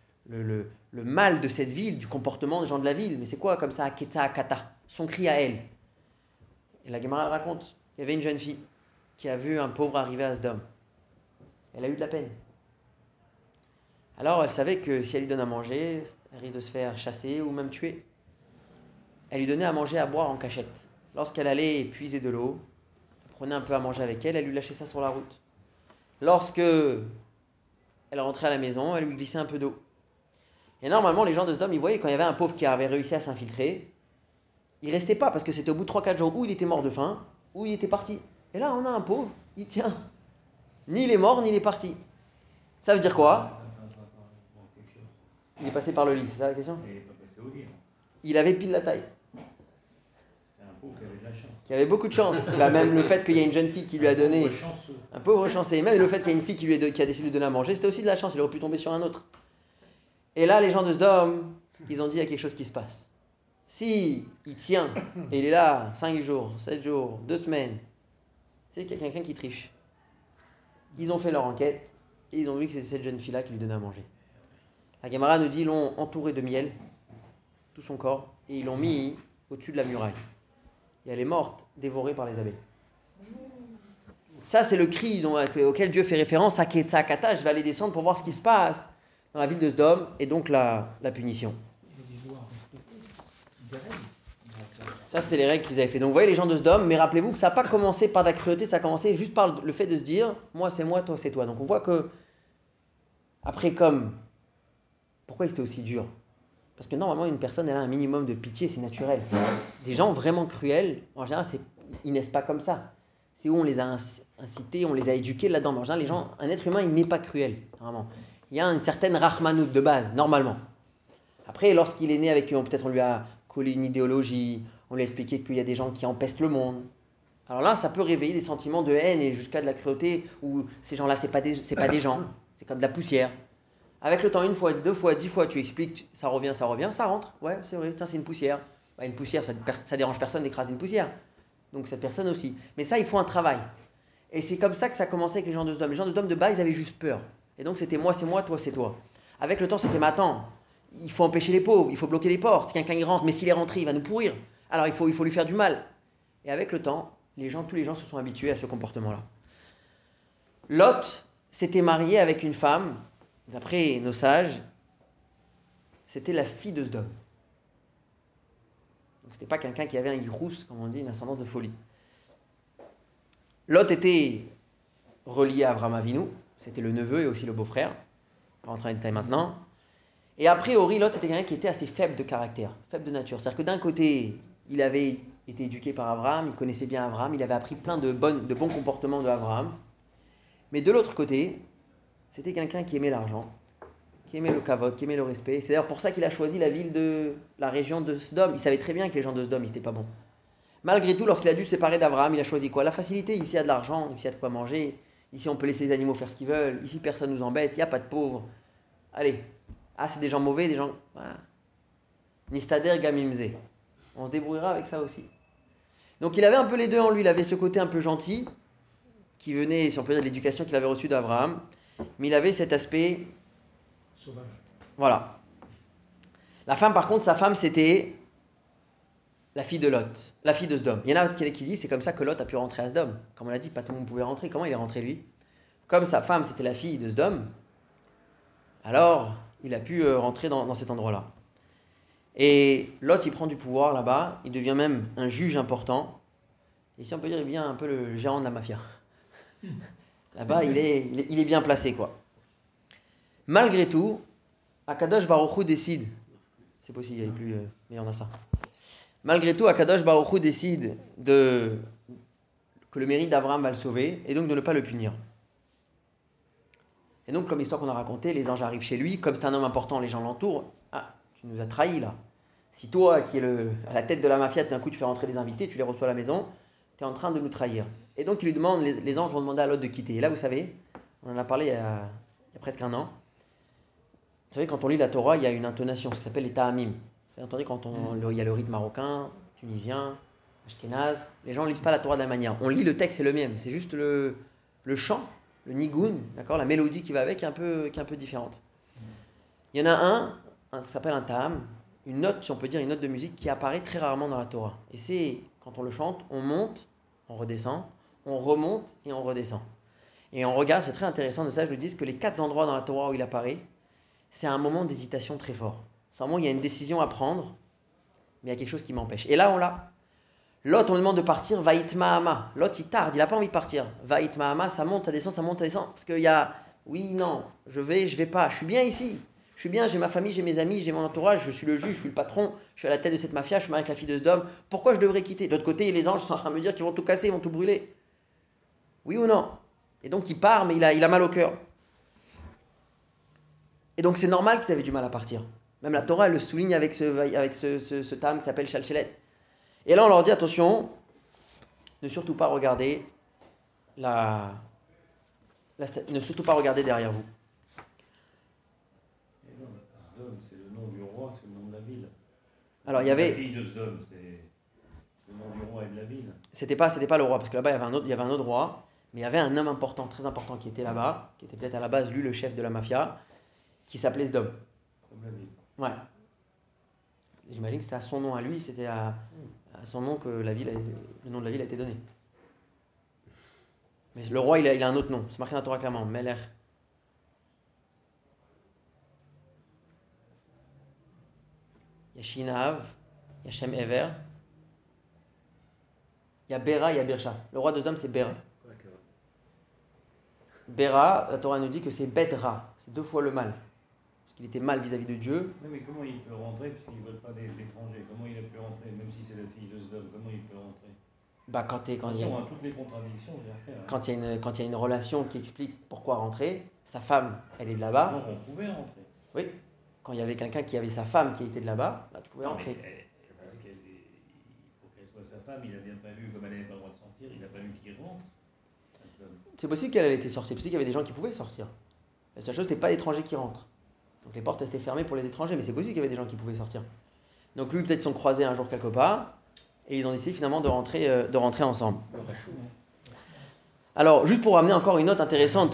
le mal de cette ville, du comportement des gens de la ville. Mais c'est quoi comme ça, Haketsa Hakata, son cri à elle. Et la Gemara raconte, il y avait une jeune fille qui a vu un pauvre arriver à Sodome. Elle a eu de la peine. Alors elle savait que si elle lui donne à manger, elle risque de se faire chasser ou même tuer. Elle lui donnait à manger, à boire en cachette. Lorsqu'elle allait puiser de l'eau, elle prenait un peu à manger avec elle, elle lui lâchait ça sur la route. Lorsque elle rentrait à la maison, elle lui glissait un peu d'eau. Et normalement, les gens de Sodome, ils voyaient quand il y avait un pauvre qui avait réussi à s'infiltrer, il ne restait pas parce que c'était au bout de 3-4 jours où il était mort de faim, où il était parti. Et là, on a un pauvre, il tient. Ni il est mort, ni il est parti. Ça veut dire quoi? Il est passé par le lit, c'est ça la question? Il n'est pas passé au lit. Il avait pile la taille. C'est un pauvre qui avait de la chance. Qui avait beaucoup de chance. Bah, même le fait qu'il y ait une jeune fille qui lui a donné... Un pauvre chanceux. Et même le fait qu'il y ait une fille qui a décidé de donner à manger, c'était aussi de la chance. Il aurait pu tomber sur un autre. Et là, les gens de Sodome, ils ont dit il y a quelque chose qui se passe. Si il tient, et il est là 5 jours, 7 jours, 2 semaines, c'est qu'il y a quelqu'un qui triche. Ils ont fait leur enquête, et ils ont vu que c'est cette jeune fille-là qui lui donnait à manger. La Gemara nous dit, ils l'ont entourée de miel, tout son corps, et ils l'ont mis au-dessus de la muraille. Et elle est morte, dévorée par les abeilles. Ça, c'est le cri auquel Dieu fait référence à Ketzakata. Je vais aller descendre pour voir ce qui se passe dans la ville de Sodome et donc la punition. Il doit respecter des règles. Ça, c'était les règles qu'ils avaient fait. Donc, vous voyez les gens de Sodome, mais rappelez-vous que ça n'a pas commencé par de la cruauté, ça a commencé juste par le fait de se dire moi, c'est moi, toi, c'est toi. Donc, on voit que, après, pourquoi c'était aussi dur? Parce que normalement, une personne, elle a un minimum de pitié, c'est naturel. Des gens vraiment cruels, en général, ils naissent pas comme ça. C'est où on les a incités, on les a éduqués là-dedans. Mais en général, un être humain, il n'est pas cruel, vraiment. Il y a une certaine rahmanout de base, normalement. Après, lorsqu'il est né avec peut-être on lui a collé une idéologie, on lui a expliqué qu'il y a des gens qui empestent le monde. Alors là, ça peut réveiller des sentiments de haine et jusqu'à de la cruauté, où ces gens-là, c'est pas des gens, c'est comme de la poussière. Avec le temps, 1 fois, 2 fois, 10 fois, tu expliques, ça revient, ça rentre. Ouais, c'est vrai, tiens, c'est une poussière. Bah, une poussière, ça dérange personne d'écraser une poussière. Donc cette personne aussi. Mais ça, il faut un travail. Et c'est comme ça que ça a commencé avec les gens de Sodome. Les gens de Sodome, de base, ils avaient juste peur. Et donc c'était moi, c'est moi, toi, c'est toi. Avec le temps, c'était, mais attends, il faut empêcher les pauvres, il faut bloquer les portes. Si quelqu'un y rentre, mais s'il est rentré, il va nous pourrir. Alors il faut lui faire du mal. Et avec le temps, tous les gens se sont habitués à ce comportement-là. Lot s'était marié avec une femme, d'après nos sages, c'était la fille de Sodome. Donc c'était pas quelqu'un qui avait un yirous, comme on dit, une ascendance de folie. Lot était relié à Abraham Avinu, c'était le neveu et aussi le beau-frère. On va rentrer dans les détails maintenant. Et a priori, Lot c'était quelqu'un qui était assez faible de caractère, faible de nature. C'est-à-dire que d'un côté, il avait été éduqué par Abraham, il connaissait bien Abraham, il avait appris plein de bons comportements de Abraham. Mais de l'autre côté, c'était quelqu'un qui aimait l'argent, qui aimait le kavod, qui aimait le respect. C'est d'ailleurs pour ça qu'il a choisi la région de Sodome. Il savait très bien que les gens de Sodome, ils n'étaient pas bons. Malgré tout, lorsqu'il a dû se séparer d'Abraham, il a choisi quoi? La facilité. Ici, il y a de l'argent, ici, il y a de quoi manger. Ici, on peut laisser les animaux faire ce qu'ils veulent. Ici, personne ne nous embête, il n'y a pas de pauvres. Allez. Ah, c'est des gens mauvais, des gens... Nistader gamimze. On se débrouillera avec ça aussi. Donc, il avait un peu les deux en lui. Il avait ce côté un peu gentil, qui venait, si on peut dire, de l'éducation qu'il avait reçue d'Abraham. Mais il avait cet aspect... Sauvage. Voilà. La femme, par contre, sa femme, c'était la fille de Lot, la fille de Sodome. Il y en a qui disent c'est comme ça que Lot a pu rentrer à Sodome. Comme on l'a dit, pas tout le monde pouvait rentrer. Comment il est rentré, lui? Comme sa femme, c'était la fille de Sodome, alors il a pu rentrer dans cet endroit-là. Et Lot, il prend du pouvoir là-bas. Il devient même un juge important. Et si on peut dire, il devient un peu le gérant de la mafia. Là-bas, il est bien placé, quoi. Malgré tout, Akadosh Baruch Hu décide, c'est possible, il n'y avait plus, mais il y en a ça. Malgré tout, Akadosh Baruch Hu décide que le mérite d'Abraham va le sauver et donc de ne pas le punir. Et donc, comme l'histoire qu'on a racontée, les anges arrivent chez lui, comme c'est un homme important, les gens l'entourent. Ah, tu nous as trahis là. Si toi, qui es à la tête de la mafia, d'un coup tu fais rentrer des invités, tu les reçois à la maison, tu es en train de nous trahir. Et donc, il lui demande, les anges vont demander à Lot de quitter. Et là, vous savez, on en a parlé il y a presque 1 an. Vous savez, quand on lit la Torah, il y a une intonation, ce qui s'appelle les ta'amim. Vous avez entendu quand il y a le rite marocain, tunisien, ashkénaze, les gens ne lisent pas la Torah de la même manière. On lit le texte, c'est le même. C'est juste le chant, le nigun, d'accord, la mélodie qui va avec, qui est un peu différente. Il y en a ça s'appelle un ta'am, une note, si on peut dire, une note de musique qui apparaît très rarement dans la Torah. Et c'est, quand on le chante, on monte, on redescend, on remonte et on redescend. Et on regarde, c'est très intéressant de ça, je le dis, que les 4 endroits dans la Torah où il apparaît, c'est un moment d'hésitation très fort. C'est un moment où il y a une décision à prendre, mais il y a quelque chose qui m'empêche. Et là, on l'a. Lot, on lui demande de partir, Vaït Mahama. Lot, il tarde, il n'a pas envie de partir. Vaït Mahama, ça monte, ça descend, ça monte, ça descend. Parce qu'il y a, oui, non, je vais pas, je suis bien ici. Je suis bien, j'ai ma famille, j'ai mes amis, j'ai mon entourage, je suis le juge, je suis le patron, je suis à la tête de cette mafia, je suis marié avec la fille de Sodome. Pourquoi je devrais quitter? De l'autre côté, les anges sont en train de me dire qu'ils vont tout casser, ils vont tout brûler. Oui ou non? Et donc, il part, mais il a mal au cœur. Et donc c'est normal qu'ils avaient du mal à partir. Même la Torah elle le souligne avec ce tam qui s'appelle Shalchelet. Et là on leur dit attention, ne surtout pas regarder ne surtout pas regarder derrière vous. Et non, Sodome, c'est le nom du roi, c'est le nom de la ville. Alors il y avait. La fille de Sodome, c'est le nom du roi et de la ville. C'était pas le roi, parce que là-bas il y avait un autre roi, mais il y avait un homme important, très important qui était là-bas, qui était peut-être à la base lui le chef de la mafia, qui s'appelait Sodome. Comme la ville. Ouais. J'imagine que c'était à son nom à lui, c'était à son nom que le nom de la ville a été donné. Mais le roi, il a un autre nom. C'est marqué dans la Torah clairement. Melech. Il y a Shinav, il y a Shem Ever, il y a Bera, il y a Birsha. Le roi de Sodome, c'est Bera. Bera, la Torah nous dit que c'est Bedra, c'est 2 fois le mal. Parce qu'il était mal vis-à-vis de Dieu. Oui, mais comment il peut rentrer puisqu'il ne veut pas d'étrangers? Comment il a pu rentrer, même si c'est la fille de Sodome? Comment il peut rentrer? Bah, quand il y a toutes les contradictions, j'ai affaire. quand il y a une relation qui explique pourquoi rentrer, sa femme, elle est de là-bas. Donc on pouvait rentrer. Oui, quand il y avait quelqu'un qui avait sa femme qui était de là-bas, là tu pouvais Non, rentrer. Pour qu'elle soit sa femme, il a bien fallu, comme elle n'avait pas le droit de sortir, il a fallu qu'il rentre. C'est possible qu'elle était sortie, c'est possible qu'il y avait des gens qui pouvaient sortir. La seule chose, c'était pas l'étranger qui rentre. Donc les portes restaient fermées pour les étrangers, mais c'est possible qu'il y avait des gens qui pouvaient sortir. Donc lui, peut-être ils sont croisés un jour quelque part, et ils ont décidé finalement de rentrer ensemble. Alors, juste pour ramener encore une note intéressante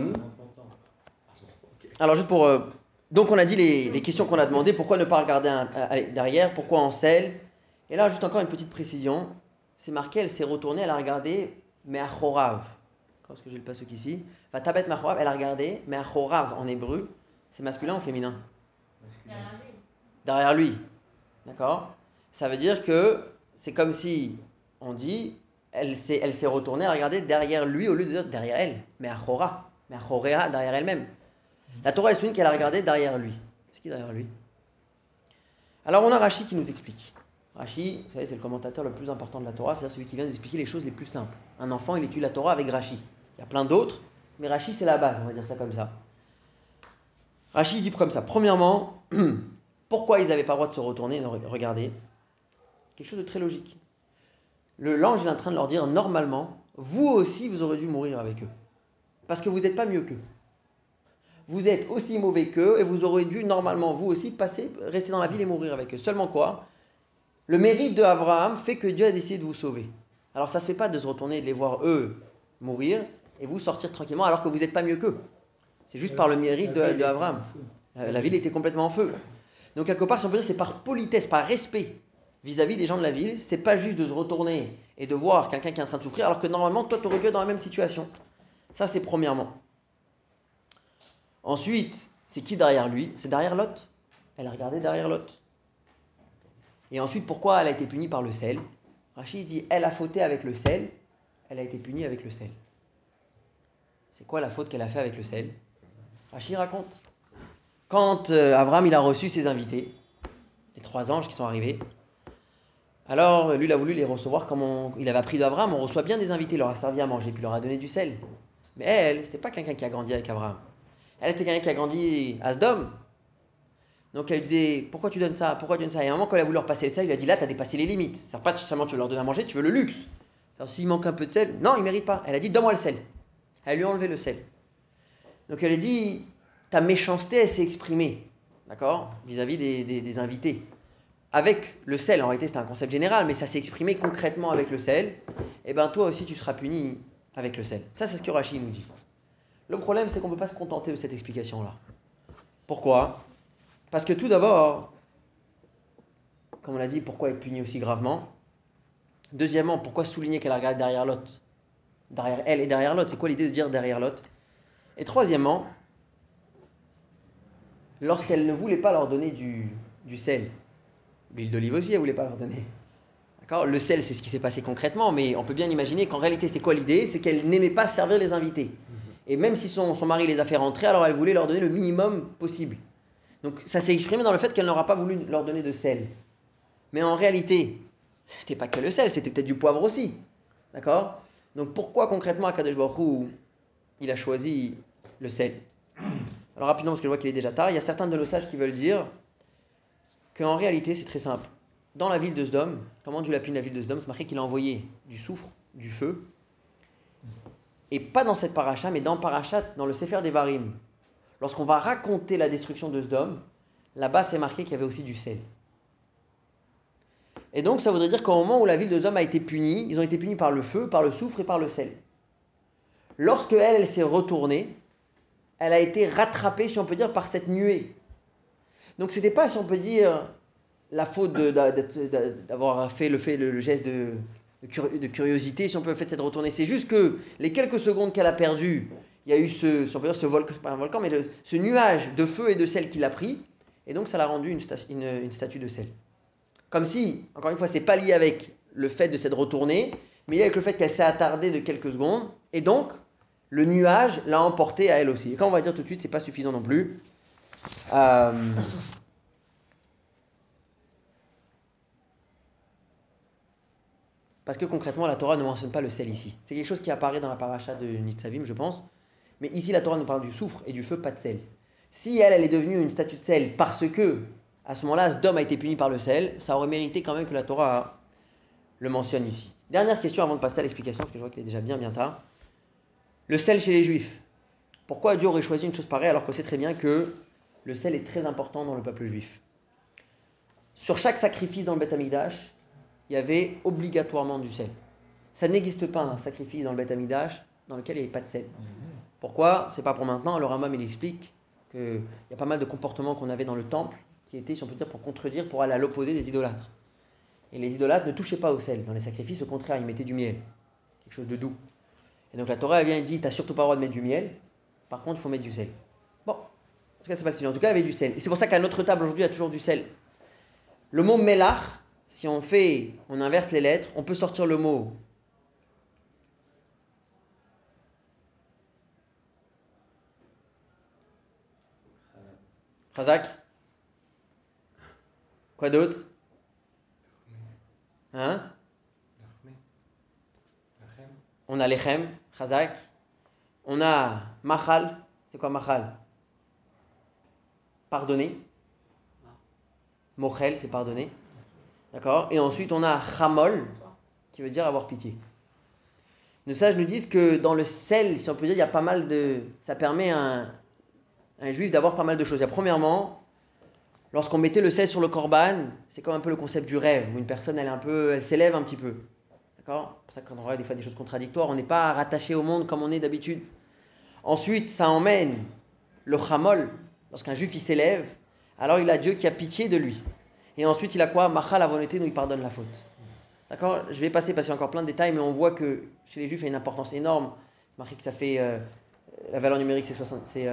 Alors, juste pour... Donc on a dit les questions qu'on a demandées, pourquoi ne pas regarder derrière, pourquoi en selle. Et là, juste encore une petite précision, c'est marqué, elle s'est retournée, elle a regardé, mais à Chorav. Parce que j'ai le pasuk ici. Enfin, Tabet Machorav, elle a regardé, mais à Chorav en hébreu, c'est masculin ou féminin? Derrière lui. D'accord? Ça veut dire que c'est comme si on dit, elle s'est retournée, elle a regardé derrière lui au lieu de dire derrière elle. Mais à Chora, mais à Choréa, derrière elle-même. La Torah, elle souligne qu'elle a regardé derrière lui. C'est qui derrière lui? Alors on a Rashi qui nous explique. Rashi, vous savez, c'est le commentateur le plus important de la Torah, c'est-à-dire celui qui vient nous expliquer les choses les plus simples. Un enfant, il étudie la Torah avec Rashi. Il y a plein d'autres, mais Rashi, c'est la base, on va dire ça comme ça. Rashi dit comme ça. Premièrement, pourquoi ils n'avaient pas le droit de se retourner et de regarder? Quelque chose de très logique. L'ange est en train de leur dire, normalement, vous aussi, vous aurez dû mourir avec eux. Parce que vous n'êtes pas mieux qu'eux. Vous êtes aussi mauvais qu'eux et vous aurez dû, normalement, vous aussi, rester dans la ville et mourir avec eux. Seulement quoi? Le mérite de Abraham fait que Dieu a décidé de vous sauver. Alors ça ne se fait pas de se retourner et de les voir, eux, mourir et vous sortir tranquillement alors que vous n'êtes pas mieux qu'eux. C'est juste par le mérite de Abraham. La ville était complètement en feu. Donc quelque part, si on peut dire, c'est par politesse, par respect vis-à-vis des gens de la ville. C'est pas juste de se retourner et de voir quelqu'un qui est en train de souffrir alors que normalement, toi, tu aurais dû être dans la même situation. Ça, c'est premièrement. Ensuite, c'est qui derrière lui? C'est derrière Lot. Elle a regardé derrière Lot. Et ensuite, pourquoi elle a été punie par le sel? Rachid dit, elle a fauté avec le sel, elle a été punie avec le sel. C'est quoi la faute qu'elle a fait avec le sel? Rachid raconte. Quand Abraham il a reçu ses invités, les 3 anges qui sont arrivés, alors lui il a voulu les recevoir comme il avait appris d'Abraham, on reçoit bien des invités, il leur a servi à manger, puis il leur a donné du sel. Mais elle, c'était pas quelqu'un qui a grandi avec Abraham. Elle, c'était quelqu'un qui a grandi à Sodome. Donc elle disait, pourquoi tu donnes ça? Pourquoi tu donnes ça? Et à un moment, quand elle a voulu leur passer le sel, il a dit, là, tu as dépassé les limites. Ça ne pas seulement tu veux leur donner à manger, tu veux le luxe. Alors s'il manque un peu de sel, non, il ne mérite pas. Elle a dit, donne-moi le sel. Elle lui a enlevé le sel. Donc elle a dit, ta méchanceté, elle s'est exprimée, d'accord, vis-à-vis des invités. Avec le sel, en réalité, c'était un concept général, mais ça s'est exprimé concrètement avec le sel. Et bien toi aussi, tu seras puni avec le sel. Ça, c'est ce que Rachid nous dit. Le problème, c'est qu'on ne peut pas se contenter de cette explication-là. Pourquoi? Parce que tout d'abord, comme on l'a dit, pourquoi être puni aussi gravement? Deuxièmement, pourquoi souligner qu'elle a regardé derrière Lot? Derrière elle et derrière Lot, c'est quoi l'idée de dire derrière Lot? Et troisièmement, lorsqu'elle ne voulait pas leur donner du sel, l'huile d'olive aussi, elle ne voulait pas leur donner. D'accord? Le sel, c'est ce qui s'est passé concrètement, mais on peut bien imaginer qu'en réalité, c'était quoi l'idée? C'est qu'elle n'aimait pas servir les invités. Et même si son mari les a fait rentrer, alors elle voulait leur donner le minimum possible. Donc ça s'est exprimé dans le fait qu'elle n'aura pas voulu leur donner de sel. Mais en réalité, c'était pas que le sel, c'était peut-être du poivre aussi. D'accord? Donc pourquoi concrètement Akadosh Baruch Hu, il a choisi le sel? Alors rapidement, parce que je vois qu'il est déjà tard, il y a certains de nos sages qui veulent dire qu'en réalité, c'est très simple. Dans la ville de Sodome, comment Dieu l'a puni la ville de Sodome? C'est marqué qu'il a envoyé du soufre, du feu. Et pas dans cette paracha, mais dans Parachat, dans le Sefer Devarim. Lorsqu'on va raconter la destruction de Sodome, là-bas c'est marqué qu'il y avait aussi du sel. Et donc ça voudrait dire qu'au moment où la ville de Sodome a été punie, ils ont été punis par le feu, par le soufre et par le sel. Lorsque elle s'est retournée, elle a été rattrapée, si on peut dire, par cette nuée. Donc c'était pas, si on peut dire, la faute d'avoir fait le geste de curiosité, si on peut le fait de s'être retournée. C'est juste que les quelques secondes qu'elle a perdues, il y a eu si on peut dire ce volcan, pas un volcan, mais ce nuage de feu et de sel qui l'a pris, et donc ça l'a rendu une statue de sel. Comme si, encore une fois, c'est pas lié avec le fait de s'être retournée, mais lié avec le fait qu'elle s'est attardée de quelques secondes, et donc le nuage l'a emportée à elle aussi. Et quand on va dire tout de suite, c'est pas suffisant non plus. Parce que concrètement, la Torah ne mentionne pas le sel ici. C'est quelque chose qui apparaît dans la paracha de Nitzavim, je pense. Mais ici, la Torah nous parle du soufre et du feu, pas de sel. Si elle est devenue une statue de sel parce que, à ce moment-là, Sdom a été puni par le sel, ça aurait mérité quand même que la Torah le mentionne ici. Dernière question avant de passer à l'explication, parce que je vois qu'il est déjà bien tard. Le sel chez les Juifs. Pourquoi Dieu aurait choisi une chose pareille alors qu'on sait très bien que le sel est très important dans le peuple juif? Sur chaque sacrifice dans le Beth Amikdash, il y avait obligatoirement du sel. Ça n'existe pas un sacrifice dans le Beth Amikdash dans lequel il n'y avait pas de sel. Pourquoi? C'est pas pour maintenant. Le Rambam il explique qu'il y a pas mal de comportements qu'on avait dans le temple qui étaient, si on peut dire, pour contredire, pour aller à l'opposé des idolâtres. Et les idolâtres ne touchaient pas au sel. Dans les sacrifices, au contraire, ils mettaient du miel. Quelque chose de doux. Et donc la Torah, elle vient et dit, tu n'as surtout pas le droit de mettre du miel. Par contre, il faut mettre du sel. Bon, en tout cas, c'est pas le sujet. En tout cas, il y avait du sel. Et c'est pour ça qu'à notre table, aujourd'hui, il y a toujours du sel. Le mot melach, si on inverse les lettres, on peut sortir le mot Chazak. Quoi d'autre? Hein? On a lechem, Chazak. On a machal. C'est quoi machal? Pardonner. Mochel, c'est pardonner. D'accord? Et ensuite, on a chamol, qui veut dire avoir pitié. Nos sages nous disent que dans le sel, si on peut dire, il y a pas mal de... Ça permet à un juif d'avoir pas mal de choses. Il y a premièrement, lorsqu'on mettait le sel sur le korban, c'est comme un peu le concept du rêve, où une personne, elle s'élève un petit peu. D'accord? C'est pour ça qu'on aura des fois des choses contradictoires. On n'est pas rattaché au monde comme on est d'habitude. Ensuite, ça emmène le chamol. Lorsqu'un juif il s'élève, alors il a Dieu qui a pitié de lui. Et ensuite, il a quoi? Machal avonete, nous il pardonne la faute. D'accord? Je vais passer parce qu'il y a encore plein de détails, mais on voit que chez les juifs, il y a une importance énorme. C'est marqué que ça fait... la valeur numérique, c'est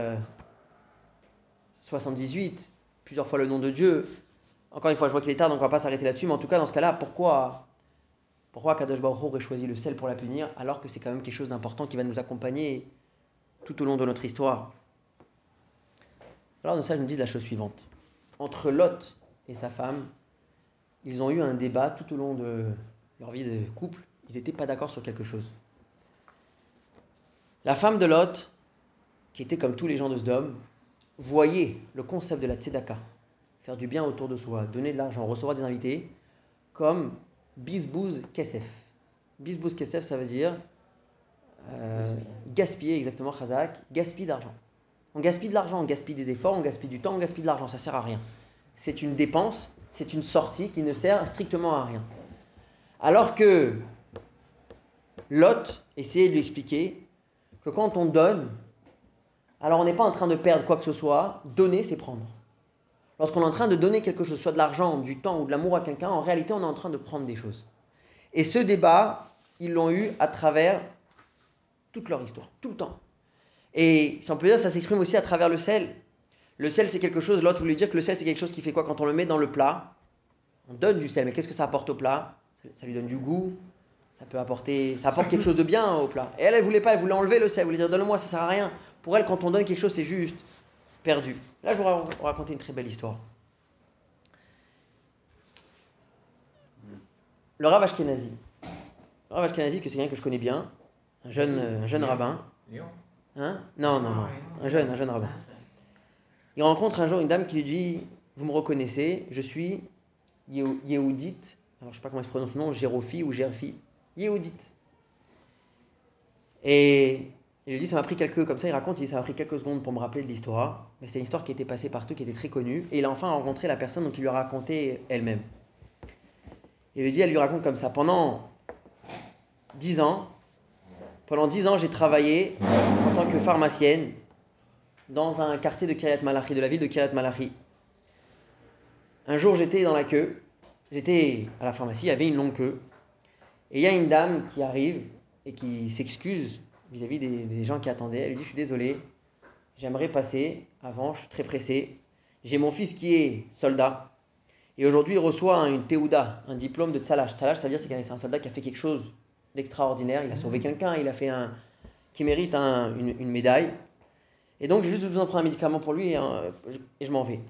78. Plusieurs fois le nom de Dieu. Encore une fois, je vois qu'il est tard, donc on ne va pas s'arrêter là-dessus. Mais en tout cas, dans ce cas-là, pourquoi Kadosh Baruch Hu aurait choisi le sel pour la punir, alors que c'est quand même quelque chose d'important qui va nous accompagner tout au long de notre histoire? Alors, nos sages nous disent la chose suivante. Entre Lot et sa femme, ils ont eu un débat tout au long de leur vie de couple. Ils n'étaient pas d'accord sur quelque chose. La femme de Lot, qui était comme tous les gens de Sodome, voyait le concept de la tzedaka, faire du bien autour de soi, donner de l'argent, recevoir des invités, comme bisbouz kesef. Bisbouz kesef, ça veut dire gaspiller, exactement, chazak, gaspiller d'argent. On gaspille de l'argent, on gaspille des efforts, on gaspille du temps, on gaspille de l'argent, ça ne sert à rien. C'est une dépense, c'est une sortie qui ne sert strictement à rien. Alors que Lot essayait de lui expliquer que quand on donne, alors on n'est pas en train de perdre quoi que ce soit, donner c'est prendre. Lorsqu'on est en train de donner quelque chose, soit de l'argent, du temps ou de l'amour à quelqu'un, en réalité on est en train de prendre des choses. Et ce débat, ils l'ont eu à travers toute leur histoire, tout le temps. Et si on peut dire, ça s'exprime aussi à travers le sel. Le sel c'est quelque chose, l'autre voulait dire que le sel c'est quelque chose qui fait quoi? Quand on le met dans le plat, on donne du sel, mais qu'est-ce que ça apporte au plat? Ça lui donne du goût, ça apporte quelque chose de bien au plat. Et elle voulait pas, elle voulait enlever le sel, elle voulait dire donne-le-moi, ça sert à rien. Pour elle, quand on donne quelque chose, c'est juste perdu. Là, je vais vous raconter une très belle histoire. Le Rav Ashkenazi. Le Rav Ashkenazi, que c'est quelqu'un que je connais bien, un jeune rabbin. Hein? Non. Un jeune rabbin. Il rencontre un jour une dame qui lui dit vous me reconnaissez, je suis Yehudit, alors je ne sais pas comment il se prononce le nom, Jérofi ou Gerfi, Yehudit. Et il lui dit, ça m'a pris quelques secondes pour me rappeler de l'histoire, mais c'est une histoire qui était passée partout, qui était très connue, et il a enfin rencontré la personne dont il lui a raconté elle-même. Il lui dit, elle lui raconte comme ça, pendant 10 ans, j'ai travaillé en tant que pharmacienne dans un quartier de Kiryat Malachi, de la ville de Kiryat Malachi. Un jour, j'étais dans la queue, j'étais à la pharmacie, il y avait une longue queue, Et il y a une dame qui arrive et qui s'excuse vis-à-vis des gens qui attendaient. Elle lui dit, je suis désolé, j'aimerais passer avant, je suis très pressé. J'ai mon fils qui est soldat. Et aujourd'hui, il reçoit une théouda, un diplôme de tzalash. Tzalash, ça veut dire que c'est un soldat qui a fait quelque chose d'extraordinaire. Il a sauvé quelqu'un, il a fait qui mérite une médaille. Et donc, j'ai juste besoin de prendre un médicament pour lui et je m'en vais.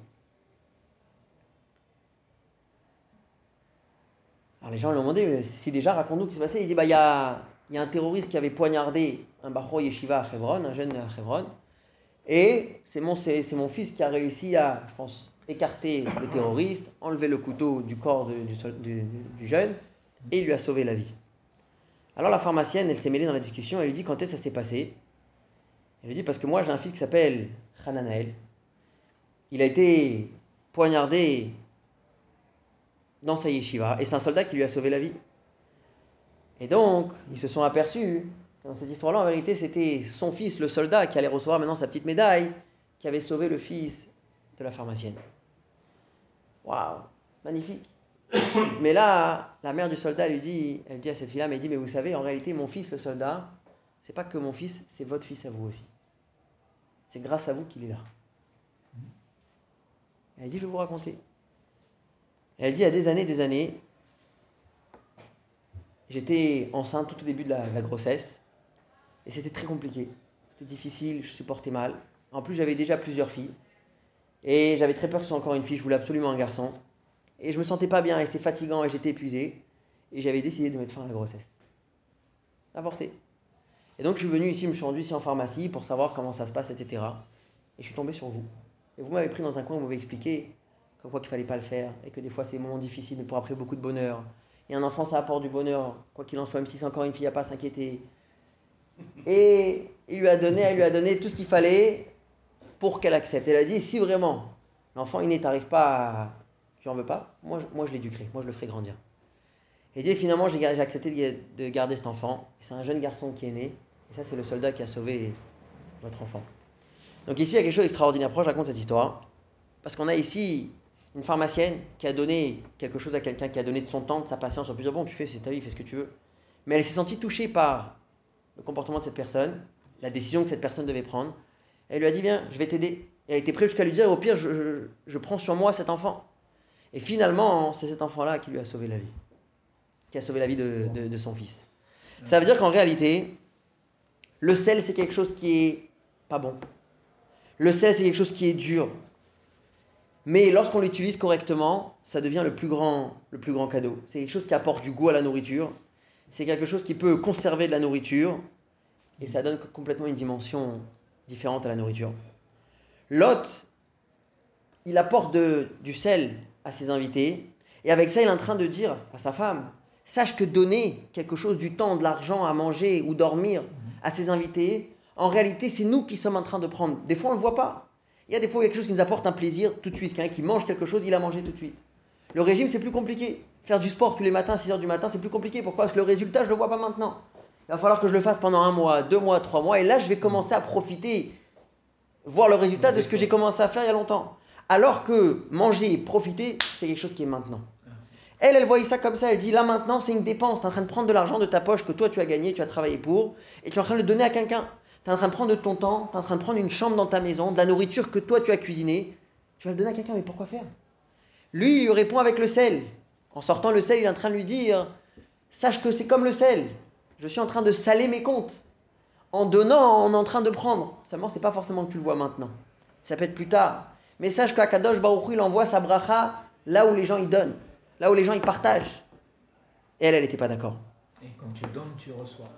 Alors, les gens lui ont demandé, si déjà, raconte-nous ce qui s'est passé. Il dit, il y a un terroriste qui avait poignardé un bachor yeshiva à Hebron, un jeune à Hebron. Et c'est mon fils qui a réussi à, je pense, écarter le terroriste, enlever le couteau du corps du jeune, et il lui a sauvé la vie. Alors la pharmacienne, elle s'est mêlée dans la discussion, elle lui dit quand est-ce que ça s'est passé. Elle lui dit parce que moi j'ai un fils qui s'appelle Hananael. Il a été poignardé dans sa yeshiva, et c'est un soldat qui lui a sauvé la vie. Et donc, ils se sont aperçus, dans cette histoire-là, en vérité, c'était son fils, le soldat, qui allait recevoir maintenant sa petite médaille, qui avait sauvé le fils de la pharmacienne. Waouh, magnifique. Mais là, la mère du soldat elle dit à cette fille-là, mais vous savez, en réalité, mon fils, le soldat, c'est pas que mon fils, c'est votre fils à vous aussi. C'est grâce à vous qu'il est là. Elle dit, je vais vous raconter. Elle dit, il y a des années, j'étais enceinte tout au début de la grossesse, et c'était très compliqué. C'était difficile, je supportais mal. En plus, j'avais déjà plusieurs filles. Et j'avais très peur que ce soit encore une fille, je voulais absolument un garçon. Et je me sentais pas bien, et c'était fatigant, et j'étais épuisé. Et j'avais décidé de mettre fin à la grossesse. Avorter. Et donc je suis venu ici, je me suis rendu ici en pharmacie pour savoir comment ça se passe, etc. Et je suis tombé sur vous. Et vous m'avez pris dans un coin, vous m'avez expliqué qu'il ne fallait pas le faire, et que des fois c'est des moments difficiles, mais pour après beaucoup de bonheur. Et un enfant, ça apporte du bonheur, quoi qu'il en soit, même si c'est encore une fille, il n'y a pas à s'inquiéter. Et elle lui a donné tout ce qu'il fallait pour qu'elle accepte. Elle a dit, si vraiment l'enfant inné t'arrive pas, tu en veux pas, moi je l'éduquerai, moi je le ferai grandir. Et dit, finalement j'ai accepté de garder cet enfant. Et c'est un jeune garçon qui est né, et ça c'est le soldat qui a sauvé votre enfant. Donc ici il y a quelque chose d'extraordinaire. Pourquoi je raconte cette histoire? Parce qu'on a ici une pharmacienne qui a donné quelque chose à quelqu'un, qui a donné de son temps, de sa patience. On peut dire, bon, tu fais, c'est ta vie, fais ce que tu veux. Mais elle s'est sentie touchée par le comportement de cette personne, la décision que cette personne devait prendre. Elle lui a dit, viens, je vais t'aider. Et elle était prête jusqu'à lui dire, au pire, je prends sur moi cet enfant. Et finalement, c'est cet enfant-là qui lui a sauvé la vie. Qui a sauvé la vie de son fils. Ça veut dire qu'en réalité, le sel, c'est quelque chose qui est pas bon. Le sel, c'est quelque chose qui est dur. Mais lorsqu'on l'utilise correctement, ça devient le plus grand cadeau. C'est quelque chose qui apporte du goût à la nourriture. C'est quelque chose qui peut conserver de la nourriture. Et ça donne complètement une dimension différente à la nourriture. Lot, il apporte du sel à ses invités. Et avec ça, il est en train de dire à sa femme, sache que donner quelque chose, du temps, de l'argent à manger ou dormir à ses invités, en réalité, c'est nous qui sommes en train de prendre. Des fois, on ne le voit pas. Il y a des fois quelque chose qui nous apporte un plaisir tout de suite. Quelqu'un qui mange quelque chose, il a mangé tout de suite. Le régime, c'est plus compliqué. Faire du sport tous les matins à 6h du matin, c'est plus compliqué. Pourquoi? Parce que le résultat, je ne le vois pas maintenant. Il va falloir que je le fasse pendant 1 mois, 2 mois, 3 mois. Et là, je vais commencer à profiter, voir le résultat de ce que j'ai commencé à faire il y a longtemps. Alors que manger, profiter, c'est quelque chose qui est maintenant. Elle voyait ça comme ça. Elle dit, là maintenant, c'est une dépense. Tu es en train de prendre de l'argent de ta poche que toi, tu as gagné, tu as travaillé pour. Et tu es en train de le donner à quelqu'un. Tu es en train de prendre de ton temps, tu es en train de prendre une chambre dans ta maison, de la nourriture que toi tu as cuisinée, tu vas le donner à quelqu'un, mais pourquoi faire? Lui, il lui répond avec le sel. En sortant le sel, il est en train de lui dire, sache que c'est comme le sel, je suis en train de saler mes comptes. En donnant, on est en train de prendre. Seulement, c'est pas forcément que tu le vois maintenant. Ça peut être plus tard. Mais sache qu'Akadosh Baruch Hu, il envoie sa bracha là où les gens y donnent, là où les gens y partagent. Et elle n'était pas d'accord. Et quand tu donnes, tu reçois.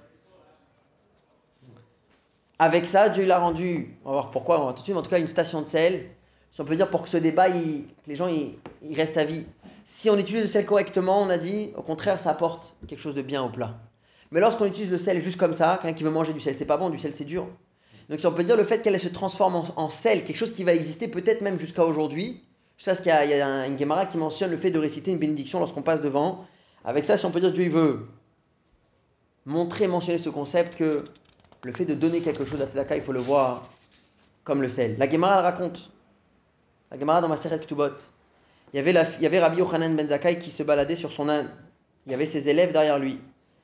Avec ça, Dieu l'a rendu, on va voir pourquoi, on va tout de suite, mais en tout cas une station de sel, si on peut dire pour que ce débat, que les gens ils restent à vie. Si on utilise le sel correctement, on a dit, au contraire, ça apporte quelque chose de bien au plat. Mais lorsqu'on utilise le sel juste comme ça, quelqu'un qui veut manger du sel, c'est pas bon, du sel c'est dur. Donc si on peut dire le fait qu'elle se transforme en sel, quelque chose qui va exister peut-être même jusqu'à aujourd'hui, jusqu'à ce qu'il y a une Gemara qui mentionne le fait de réciter une bénédiction lorsqu'on passe devant. Avec ça, si on peut dire Dieu il veut mentionner ce concept que le fait de donner quelque chose à Tzedaka, il faut le voir comme le sel. La Gemara elle raconte, la Gemara dans Maseret Ketubot, il y avait Rabbi Yochanan ben Zakkai qui se baladait sur son âne. Il y avait ses élèves derrière lui.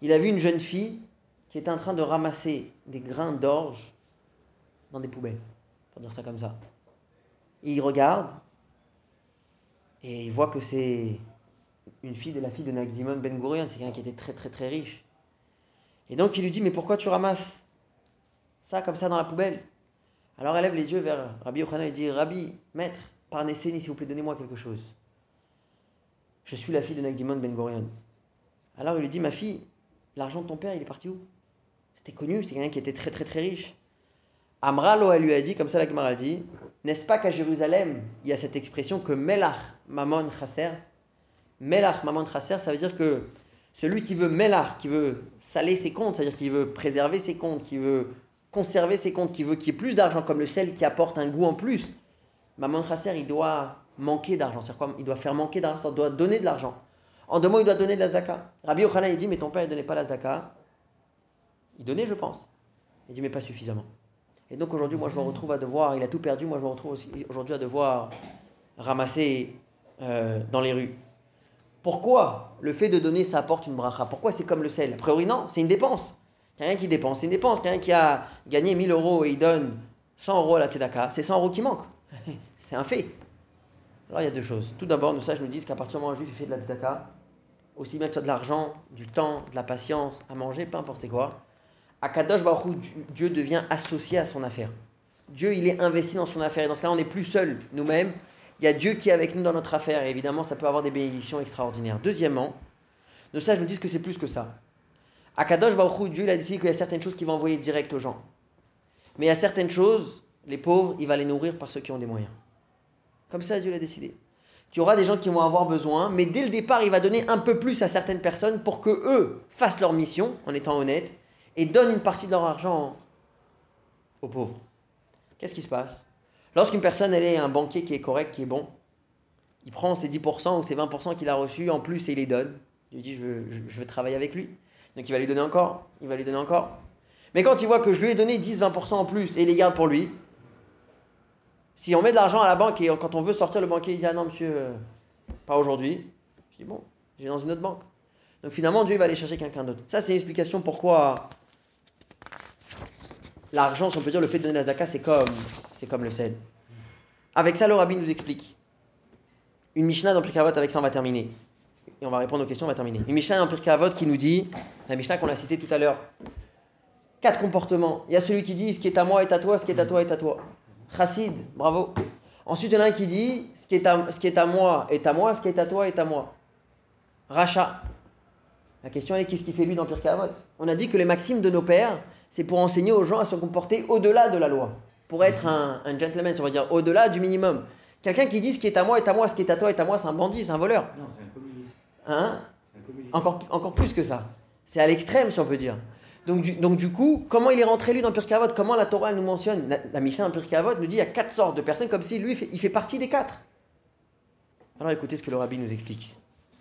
il a vu une jeune fille qui était en train de ramasser des grains d'orge dans des poubelles, pour dire ça comme ça. Et il regarde et il voit que c'est la fille de Nagdimon Ben Gurion, c'est quelqu'un qui était très très très riche. Et donc il lui dit, mais pourquoi tu ramasses ça comme ça dans la poubelle? Alors elle lève les yeux vers Rabbi Yochanan et dit, Rabbi, maître, par Nesseni, s'il vous plaît, donnez-moi quelque chose. Je suis la fille de Nagdimon Ben Gurion. Alors il lui dit, ma fille, l'argent de ton père, il est parti où? C'était connu, c'était quelqu'un qui était très très très riche. Amralo, elle lui a dit, comme ça la Gemara dit, n'est-ce pas qu'à Jérusalem, il y a cette expression que Melach Mamon Chaser? Melach Mamon Chaser, ça veut dire que celui qui veut Melach, qui veut saler ses comptes, c'est-à-dire qui veut préserver ses comptes, qui veut conserver ses comptes, qui veut qu'il y ait plus d'argent, comme le sel qui apporte un goût en plus, Mamon Chaser, il doit manquer d'argent. C'est quoi? Il doit faire manquer d'argent, il doit donner de l'argent. En 2 mots, il doit donner de la zaka. Rabbi Yochanan, il dit, mais ton père, il ne donnait pas la zaka. Il donnait, je pense. Il dit, mais pas suffisamment. Et donc aujourd'hui, moi, je me retrouve à devoir, il a tout perdu, moi, je me retrouve aussi aujourd'hui à devoir ramasser dans les rues. Pourquoi le fait de donner, ça apporte une bracha? Pourquoi c'est comme le sel? A priori, non, c'est une dépense. Quelqu'un qui dépense, c'est une dépense. Quelqu'un qui a gagné 1000 euros et il donne 100 euros à la tzedaka, c'est 100 euros qui manquent. C'est un fait. Alors, il y a 2 choses. Tout d'abord, nous sages nous disent qu'à partir du moment où un juif fait de la tzedaka, aussi bien que ce soit de l'argent, du temps, de la patience, à manger, peu importe c'est quoi, à Kadosh Baruch Hu, Dieu devient associé à son affaire. Dieu, il est investi dans son affaire. Et dans ce cas-là, on n'est plus seul nous-mêmes. Il y a Dieu qui est avec nous dans notre affaire. Et évidemment, ça peut avoir des bénédictions extraordinaires. Deuxièmement, nos sages nous disent que c'est plus que ça. À Kadosh Baruch Hu, Dieu il a décidé qu'il y a certaines choses qu'il va envoyer direct aux gens. Mais il y a certaines choses, les pauvres, il va les nourrir par ceux qui ont des moyens. Comme ça, Dieu l'a décidé. Qu'il y aura des gens qui vont avoir besoin, mais dès le départ, il va donner un peu plus à certaines personnes pour que eux fassent leur mission, en étant honnêtes, et donnent une partie de leur argent aux pauvres. Qu'est-ce qui se passe? Lorsqu'une personne, elle est un banquier qui est correct, qui est bon, il prend ses 10% ou ses 20% qu'il a reçus en plus et il les donne. Il lui dit, je veux travailler avec lui. Donc il va lui donner encore, il va lui donner encore. Mais quand il voit que je lui ai donné 10-20% en plus et il les garde pour lui, si on met de l'argent à la banque et quand on veut sortir, le banquier il dit, ah non monsieur, pas aujourd'hui. Je dis, bon, j'ai dans une autre banque. Donc finalement, Dieu il va aller chercher quelqu'un d'autre. Ça, c'est une explication pourquoi l'argent, si on peut dire, le fait de donner la zaka, c'est comme le sel. Avec ça, le rabbi nous explique. Une Mishnah dans Pirkei Avot, avec ça on va terminer. Et on va répondre aux questions, on va terminer. Une Mishnah dans Pirkei Avot qui nous dit, la Mishnah qu'on a citée tout à l'heure, 4 comportements. Il y a celui qui dit, ce qui est à moi est à toi, ce qui est à toi est à toi. Chassid, bravo. Ensuite, il y en a un qui dit, ce qui est à moi est à moi, ce qui est à toi est à moi. Racha. La question est, qu'est-ce qu'il fait lui dans Pirkei Avot? On a dit que les maximes de nos pères, c'est pour enseigner aux gens à se comporter au-delà de la loi. Pour être un gentleman, on va dire, au-delà du minimum. Quelqu'un qui dit ce qui est à moi est à moi, ce qui est à toi est à moi, c'est un bandit, c'est un voleur. Non, c'est un communiste. Hein? C'est un communiste. Encore plus que ça. C'est à l'extrême, si on peut dire. Donc du coup, comment il est rentré lui dans Pirkei Avot? Comment la Torah elle nous mentionne? La Mishnah dans Pirkei Avot nous dit il y a 4 sortes de personnes, comme si lui, il fait partie des 4. Alors écoutez ce que le rabbi nous explique.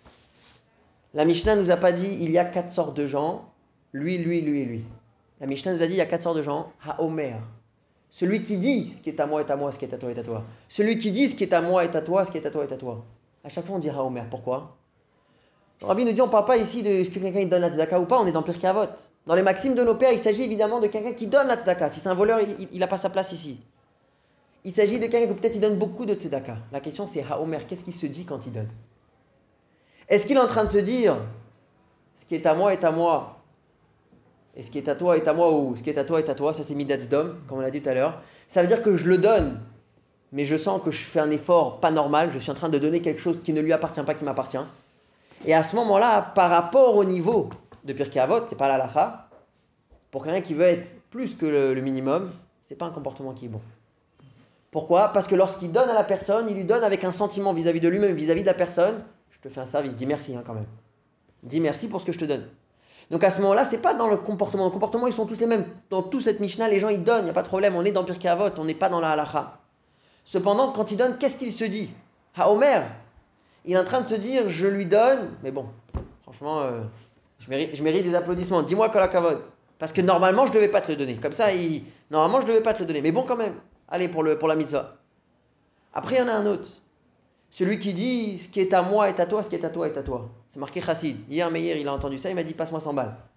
La Mishnah nous a pas dit il y a 4 sortes de gens, lui et lui. La Mishnah nous a dit il y a 4 sortes de gens, Haomer. Celui qui dit ce qui est à moi est à moi, ce qui est à toi est à toi. Celui qui dit ce qui est à moi est à toi, ce qui est à toi est à toi. À chaque fois on dit Haomer. Pourquoi? Le rabbi nous dit on ne parle pas ici de ce que quelqu'un donne la tzedaka ou pas, on est dans Pirkei Avot. Dans les maximes de nos pères, il s'agit évidemment de quelqu'un qui donne la tzedaka. Si c'est un voleur, il n'a pas sa place ici. Il s'agit de quelqu'un que peut-être il donne beaucoup de tzedaka. La question c'est Haomer, qu'est-ce qu'il se dit quand il donne? Est-ce qu'il est en train de se dire ce qui est à moi est à moi, et ce qui est à toi est à moi, ou ce qui est à toi est à toi, ça c'est Midat Sdom, comme on l'a dit tout à l'heure. Ça veut dire que je le donne, mais je sens que je fais un effort pas normal, je suis en train de donner quelque chose qui ne lui appartient pas, qui m'appartient. Et à ce moment-là, par rapport au niveau de Pirkei Avot, c'est pas la halakha, pour quelqu'un qui veut être plus que le minimum, c'est pas un comportement qui est bon. Pourquoi? Parce que lorsqu'il donne à la personne, il lui donne avec un sentiment vis-à-vis de lui-même, vis-à-vis de la personne. Je te fais un service, dis merci quand même. Dis merci pour ce que je te donne. Donc à ce moment-là, c'est pas dans le comportement. Dans le comportement, ils sont tous les mêmes. Dans toute cette Mishnah, les gens ils donnent, il n'y a pas de problème. On est dans Pirkei Avot, on n'est pas dans la halakha. Cependant, quand il donne, qu'est-ce qu'il se dit? Haomer, il est en train de se dire, je lui donne, mais bon, franchement, je mérite des applaudissements. Dis-moi kol hakavod. Parce que normalement, je ne devais pas te le donner. Comme ça, normalement, je ne devais pas te le donner. Mais bon, quand même, allez, pour la mitzvah. Après, il y en a un autre. Celui qui dit, ce qui est à moi est à toi, ce qui est à toi est à toi. C'est marqué chassid. Hier, Meir, il a entendu ça, il m'a dit, passe-moi 100 balles.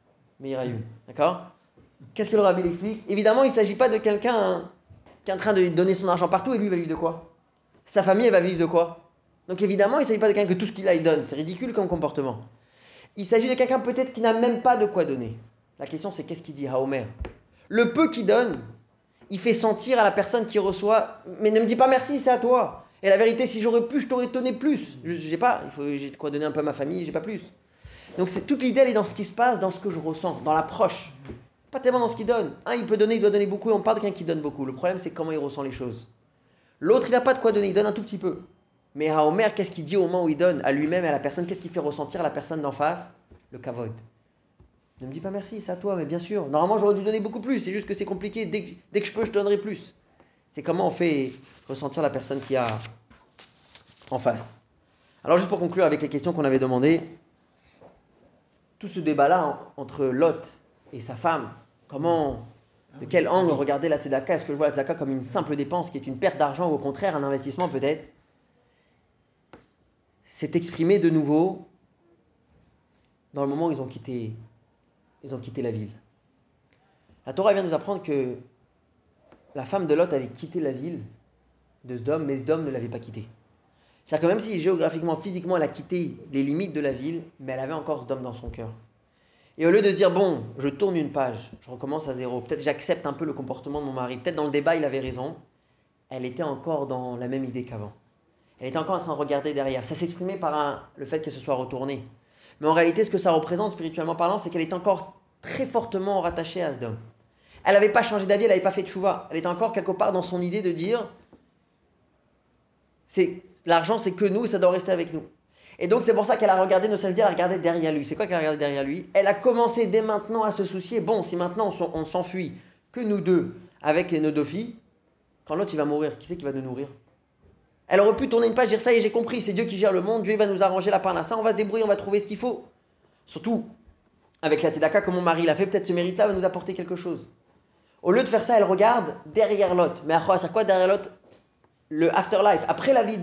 Meirayoun. D'accord? Qu'est-ce que le rabbi explique? Évidemment, il ne s'agit pas de quelqu'un qui est en train de donner son argent partout et lui, il va vivre de quoi? Sa famille, elle va vivre de quoi? Donc évidemment, il ne s'agit pas de quelqu'un que tout ce qu'il a, il donne. C'est ridicule comme comportement. Il s'agit de quelqu'un peut-être qui n'a même pas de quoi donner. La question, c'est qu'est-ce qu'il dit, Haomer? Le peu qu'il donne, il fait sentir à la personne qui reçoit, mais ne me dis pas merci, c'est à toi. Et la vérité, si j'aurais pu, je t'aurais donné plus. J'ai pas, j'ai de quoi donner un peu à ma famille, j'ai pas plus. Donc c'est toute l'idée, elle est dans ce qui se passe, dans ce que je ressens, dans l'approche. Pas tellement dans ce qu'il donne. Un, il peut donner, il doit donner beaucoup, et on parle de quelqu'un qui donne beaucoup. Le problème, c'est comment il ressent les choses. L'autre, il n'a pas de quoi donner, il donne un tout petit peu. Mais Haomer, qu'est-ce qu'il dit au moment où il donne à lui-même et à la personne? Qu'est-ce qu'il fait ressentir à la personne d'en face? Le kavod. Ne me dis pas merci, c'est à toi, mais bien sûr. Normalement, j'aurais dû donner beaucoup plus. C'est juste que c'est compliqué. Dès que je peux, je donnerai plus. C'est comment on fait ressentir la personne qui a en face. Alors, juste pour conclure avec les questions qu'on avait demandées, tout ce débat-là entre Lot et sa femme, de quel angle regarder la tzedaka? Est-ce que je vois la tzedaka comme une simple dépense qui est une perte d'argent ou au contraire un investissement peut-être? C'est exprimé de nouveau dans le moment où ils ont quitté la ville. La Torah vient nous apprendre que la femme de Lot avait quitté la ville de Sdom, mais Sdom ne l'avait pas quitté. C'est-à-dire que même si géographiquement, physiquement, elle a quitté les limites de la ville, mais elle avait encore Sdom dans son cœur. Et au lieu de se dire, bon, je tourne une page, je recommence à zéro, peut-être j'accepte un peu le comportement de mon mari, peut-être dans le débat il avait raison, elle était encore dans la même idée qu'avant. Elle était encore en train de regarder derrière. Ça s'exprimait par le fait qu'elle se soit retournée. Mais en réalité, ce que ça représente, spirituellement parlant, c'est qu'elle est encore très fortement rattachée à Sdom. Elle n'avait pas changé d'avis, elle n'avait pas fait de tchouva. Elle était encore quelque part dans son idée de dire, l'argent c'est que nous et ça doit rester avec nous. Et donc c'est pour ça qu'elle a regardé, ça veut dire, elle a regardé derrière lui. C'est quoi qu'elle a regardé derrière lui? Elle a commencé dès maintenant à se soucier, bon, si maintenant on s'enfuit, que nous deux, avec nos deux filles, quand l'autre il va mourir, qui c'est qui va nous nourrir? Elle aurait pu tourner une page, dire ça y est, j'ai compris, c'est Dieu qui gère le monde, Dieu il va nous arranger la parnassa, on va se débrouiller, on va trouver ce qu'il faut. Surtout, avec la tzedaka que mon mari l'a fait, peut-être ce mérite-là va nous apporter quelque chose. Au lieu de faire ça, elle regarde derrière Lot. Mais c'est quoi derrière Lot? Le afterlife, après la vie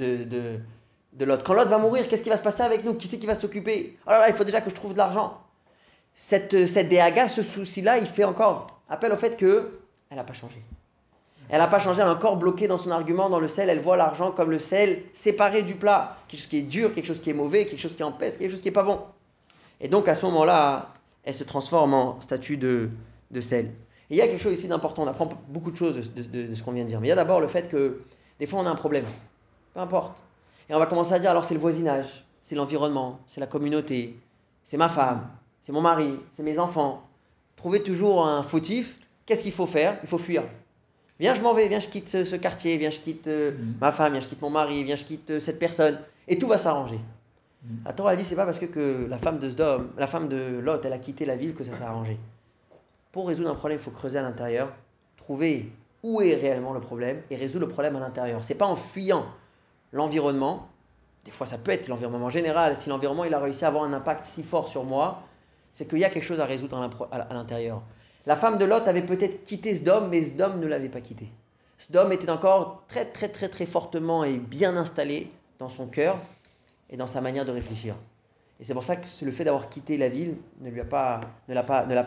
de Lot. Quand Lot va mourir, qu'est-ce qui va se passer avec nous? Qui c'est qui va s'occuper? Oh là là, il faut déjà que je trouve de l'argent. Cette déhaga, ce souci-là, il fait encore appel au fait qu'elle n'a pas changé. Elle n'a pas changé, elle est encore bloquée dans son argument, dans le sel. Elle voit l'argent comme le sel séparé du plat. Quelque chose qui est dur, quelque chose qui est mauvais, quelque chose qui empeste, quelque chose qui n'est pas bon. Et donc à ce moment-là, elle se transforme en statue de sel. Et il y a quelque chose ici d'important, on apprend beaucoup de choses de ce qu'on vient de dire. Mais il y a d'abord le fait que des fois on a un problème, peu importe. Et on va commencer à dire alors c'est le voisinage, c'est l'environnement, c'est la communauté, c'est ma femme, c'est mon mari, c'est mes enfants. Trouver toujours un fautif, qu'est-ce qu'il faut faire? Il faut fuir. Viens, je m'en vais, viens, je quitte ce quartier, viens, je quitte ma femme, viens, je quitte mon mari, viens, je quitte cette personne. Et tout va s'arranger. La Torah elle dit c'est pas parce que la femme de Sdom, la femme de Lot, elle a quitté la ville que ça s'est arrangé. Pour résoudre un problème, il faut creuser à l'intérieur, trouver où est réellement le problème et résoudre le problème à l'intérieur. C'est pas en fuyant l'environnement. Des fois, ça peut être l'environnement général. Si l'environnement il a réussi à avoir un impact si fort sur moi, c'est qu'il y a quelque chose à résoudre à l'intérieur. La femme de Lot avait peut-être quitté Sdom, mais Sdom ne l'avait pas quitté. Sdom était encore très, très, très, très fortement et bien installé dans son cœur et dans sa manière de réfléchir. Et c'est pour ça que le fait d'avoir quitté la ville ne l'a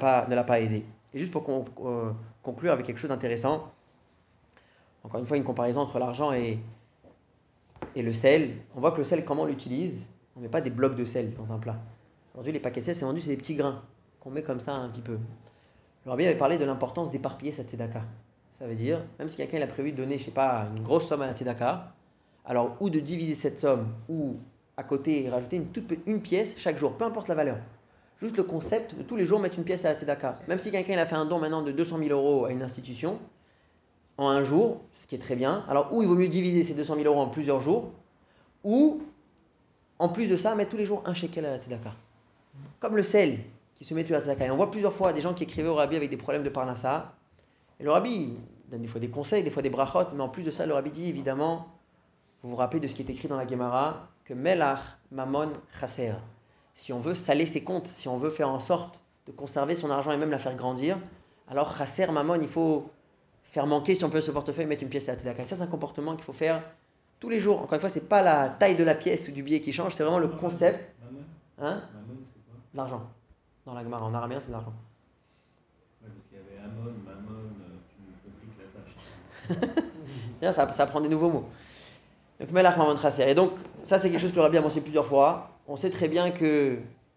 pas aidé. Et juste pour conclure avec quelque chose d'intéressant, encore une fois, une comparaison entre l'argent et le sel. On voit que le sel, comment on l'utilise? On ne met pas des blocs de sel dans un plat. Aujourd'hui, les paquets de sel, c'est vendu, c'est des petits grains qu'on met comme ça un petit peu. Le rabbi avait parlé de l'importance d'éparpiller sa tzedaka. Ça veut dire, même si quelqu'un il a prévu de donner, je sais pas, une grosse somme à la tzedaka, alors ou de diviser cette somme, ou à côté rajouter une pièce chaque jour, peu importe la valeur. Juste le concept de tous les jours mettre une pièce à la tzedaka. Même si quelqu'un il a fait un don maintenant de 200 000 euros à une institution, en un jour, ce qui est très bien, alors ou il vaut mieux diviser ces 200 000 euros en plusieurs jours, ou en plus de ça, mettre tous les jours un shekel à la tzedaka. Comme le sel qui se met à la tzedaka. Et on voit plusieurs fois des gens qui écrivaient au rabbi avec des problèmes de parnassa. Et le rabbi donne des fois des conseils, des fois des brachot, mais en plus de ça, le rabbi dit évidemment, vous vous rappelez de ce qui est écrit dans la Gemara, que melach mamon chaser. Si on veut saler ses comptes, si on veut faire en sorte de conserver son argent et même la faire grandir, alors chaser mamon, il faut faire manquer, si on peut, ce portefeuille, mettre une pièce à la tzedaka. Et ça, c'est un comportement qu'il faut faire tous les jours. Encore une fois, c'est pas la taille de la pièce ou du billet qui change, c'est vraiment le concept. Mammon, Hein? c'est quoi? L'argent. dans la Gemara. En araméen, c'est de l'argent. Ouais, parce qu'il y avait Amon, Mammon, tu me compliques la tâche. D'ailleurs, ça prend des nouveaux mots. Donc, Melach Mammon Chaser. Et donc, ça, c'est quelque chose que le Rabbi a mentionné plusieurs fois. On sait très bien que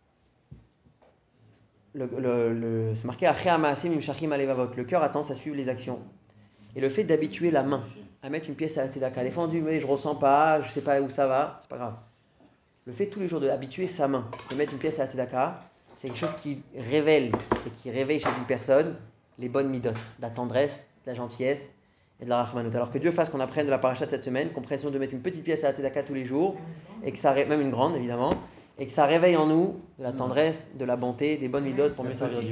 c'est marqué Achei Hamaasim Imshachim Alevavot. Le cœur a tendance à suivre les actions. Et le fait d'habituer la main à mettre une pièce à la tzedaka, des fois on dit mais je ressens pas, je sais pas où ça va, c'est pas grave. Le fait tous les jours d'habituer sa main, de mettre une pièce à la tzedaka, c'est quelque chose qui révèle et qui réveille chez une personne les bonnes midot, de la tendresse, de la gentillesse et de la rachmanut. Alors que Dieu fasse qu'on apprenne de la paracha de cette semaine, qu'on prenne soin de mettre une petite pièce à la tzedaka tous les jours, et que ça même une grande évidemment, et que ça réveille en nous de la tendresse, de la bonté, des bonnes midot pour mieux servir Dieu.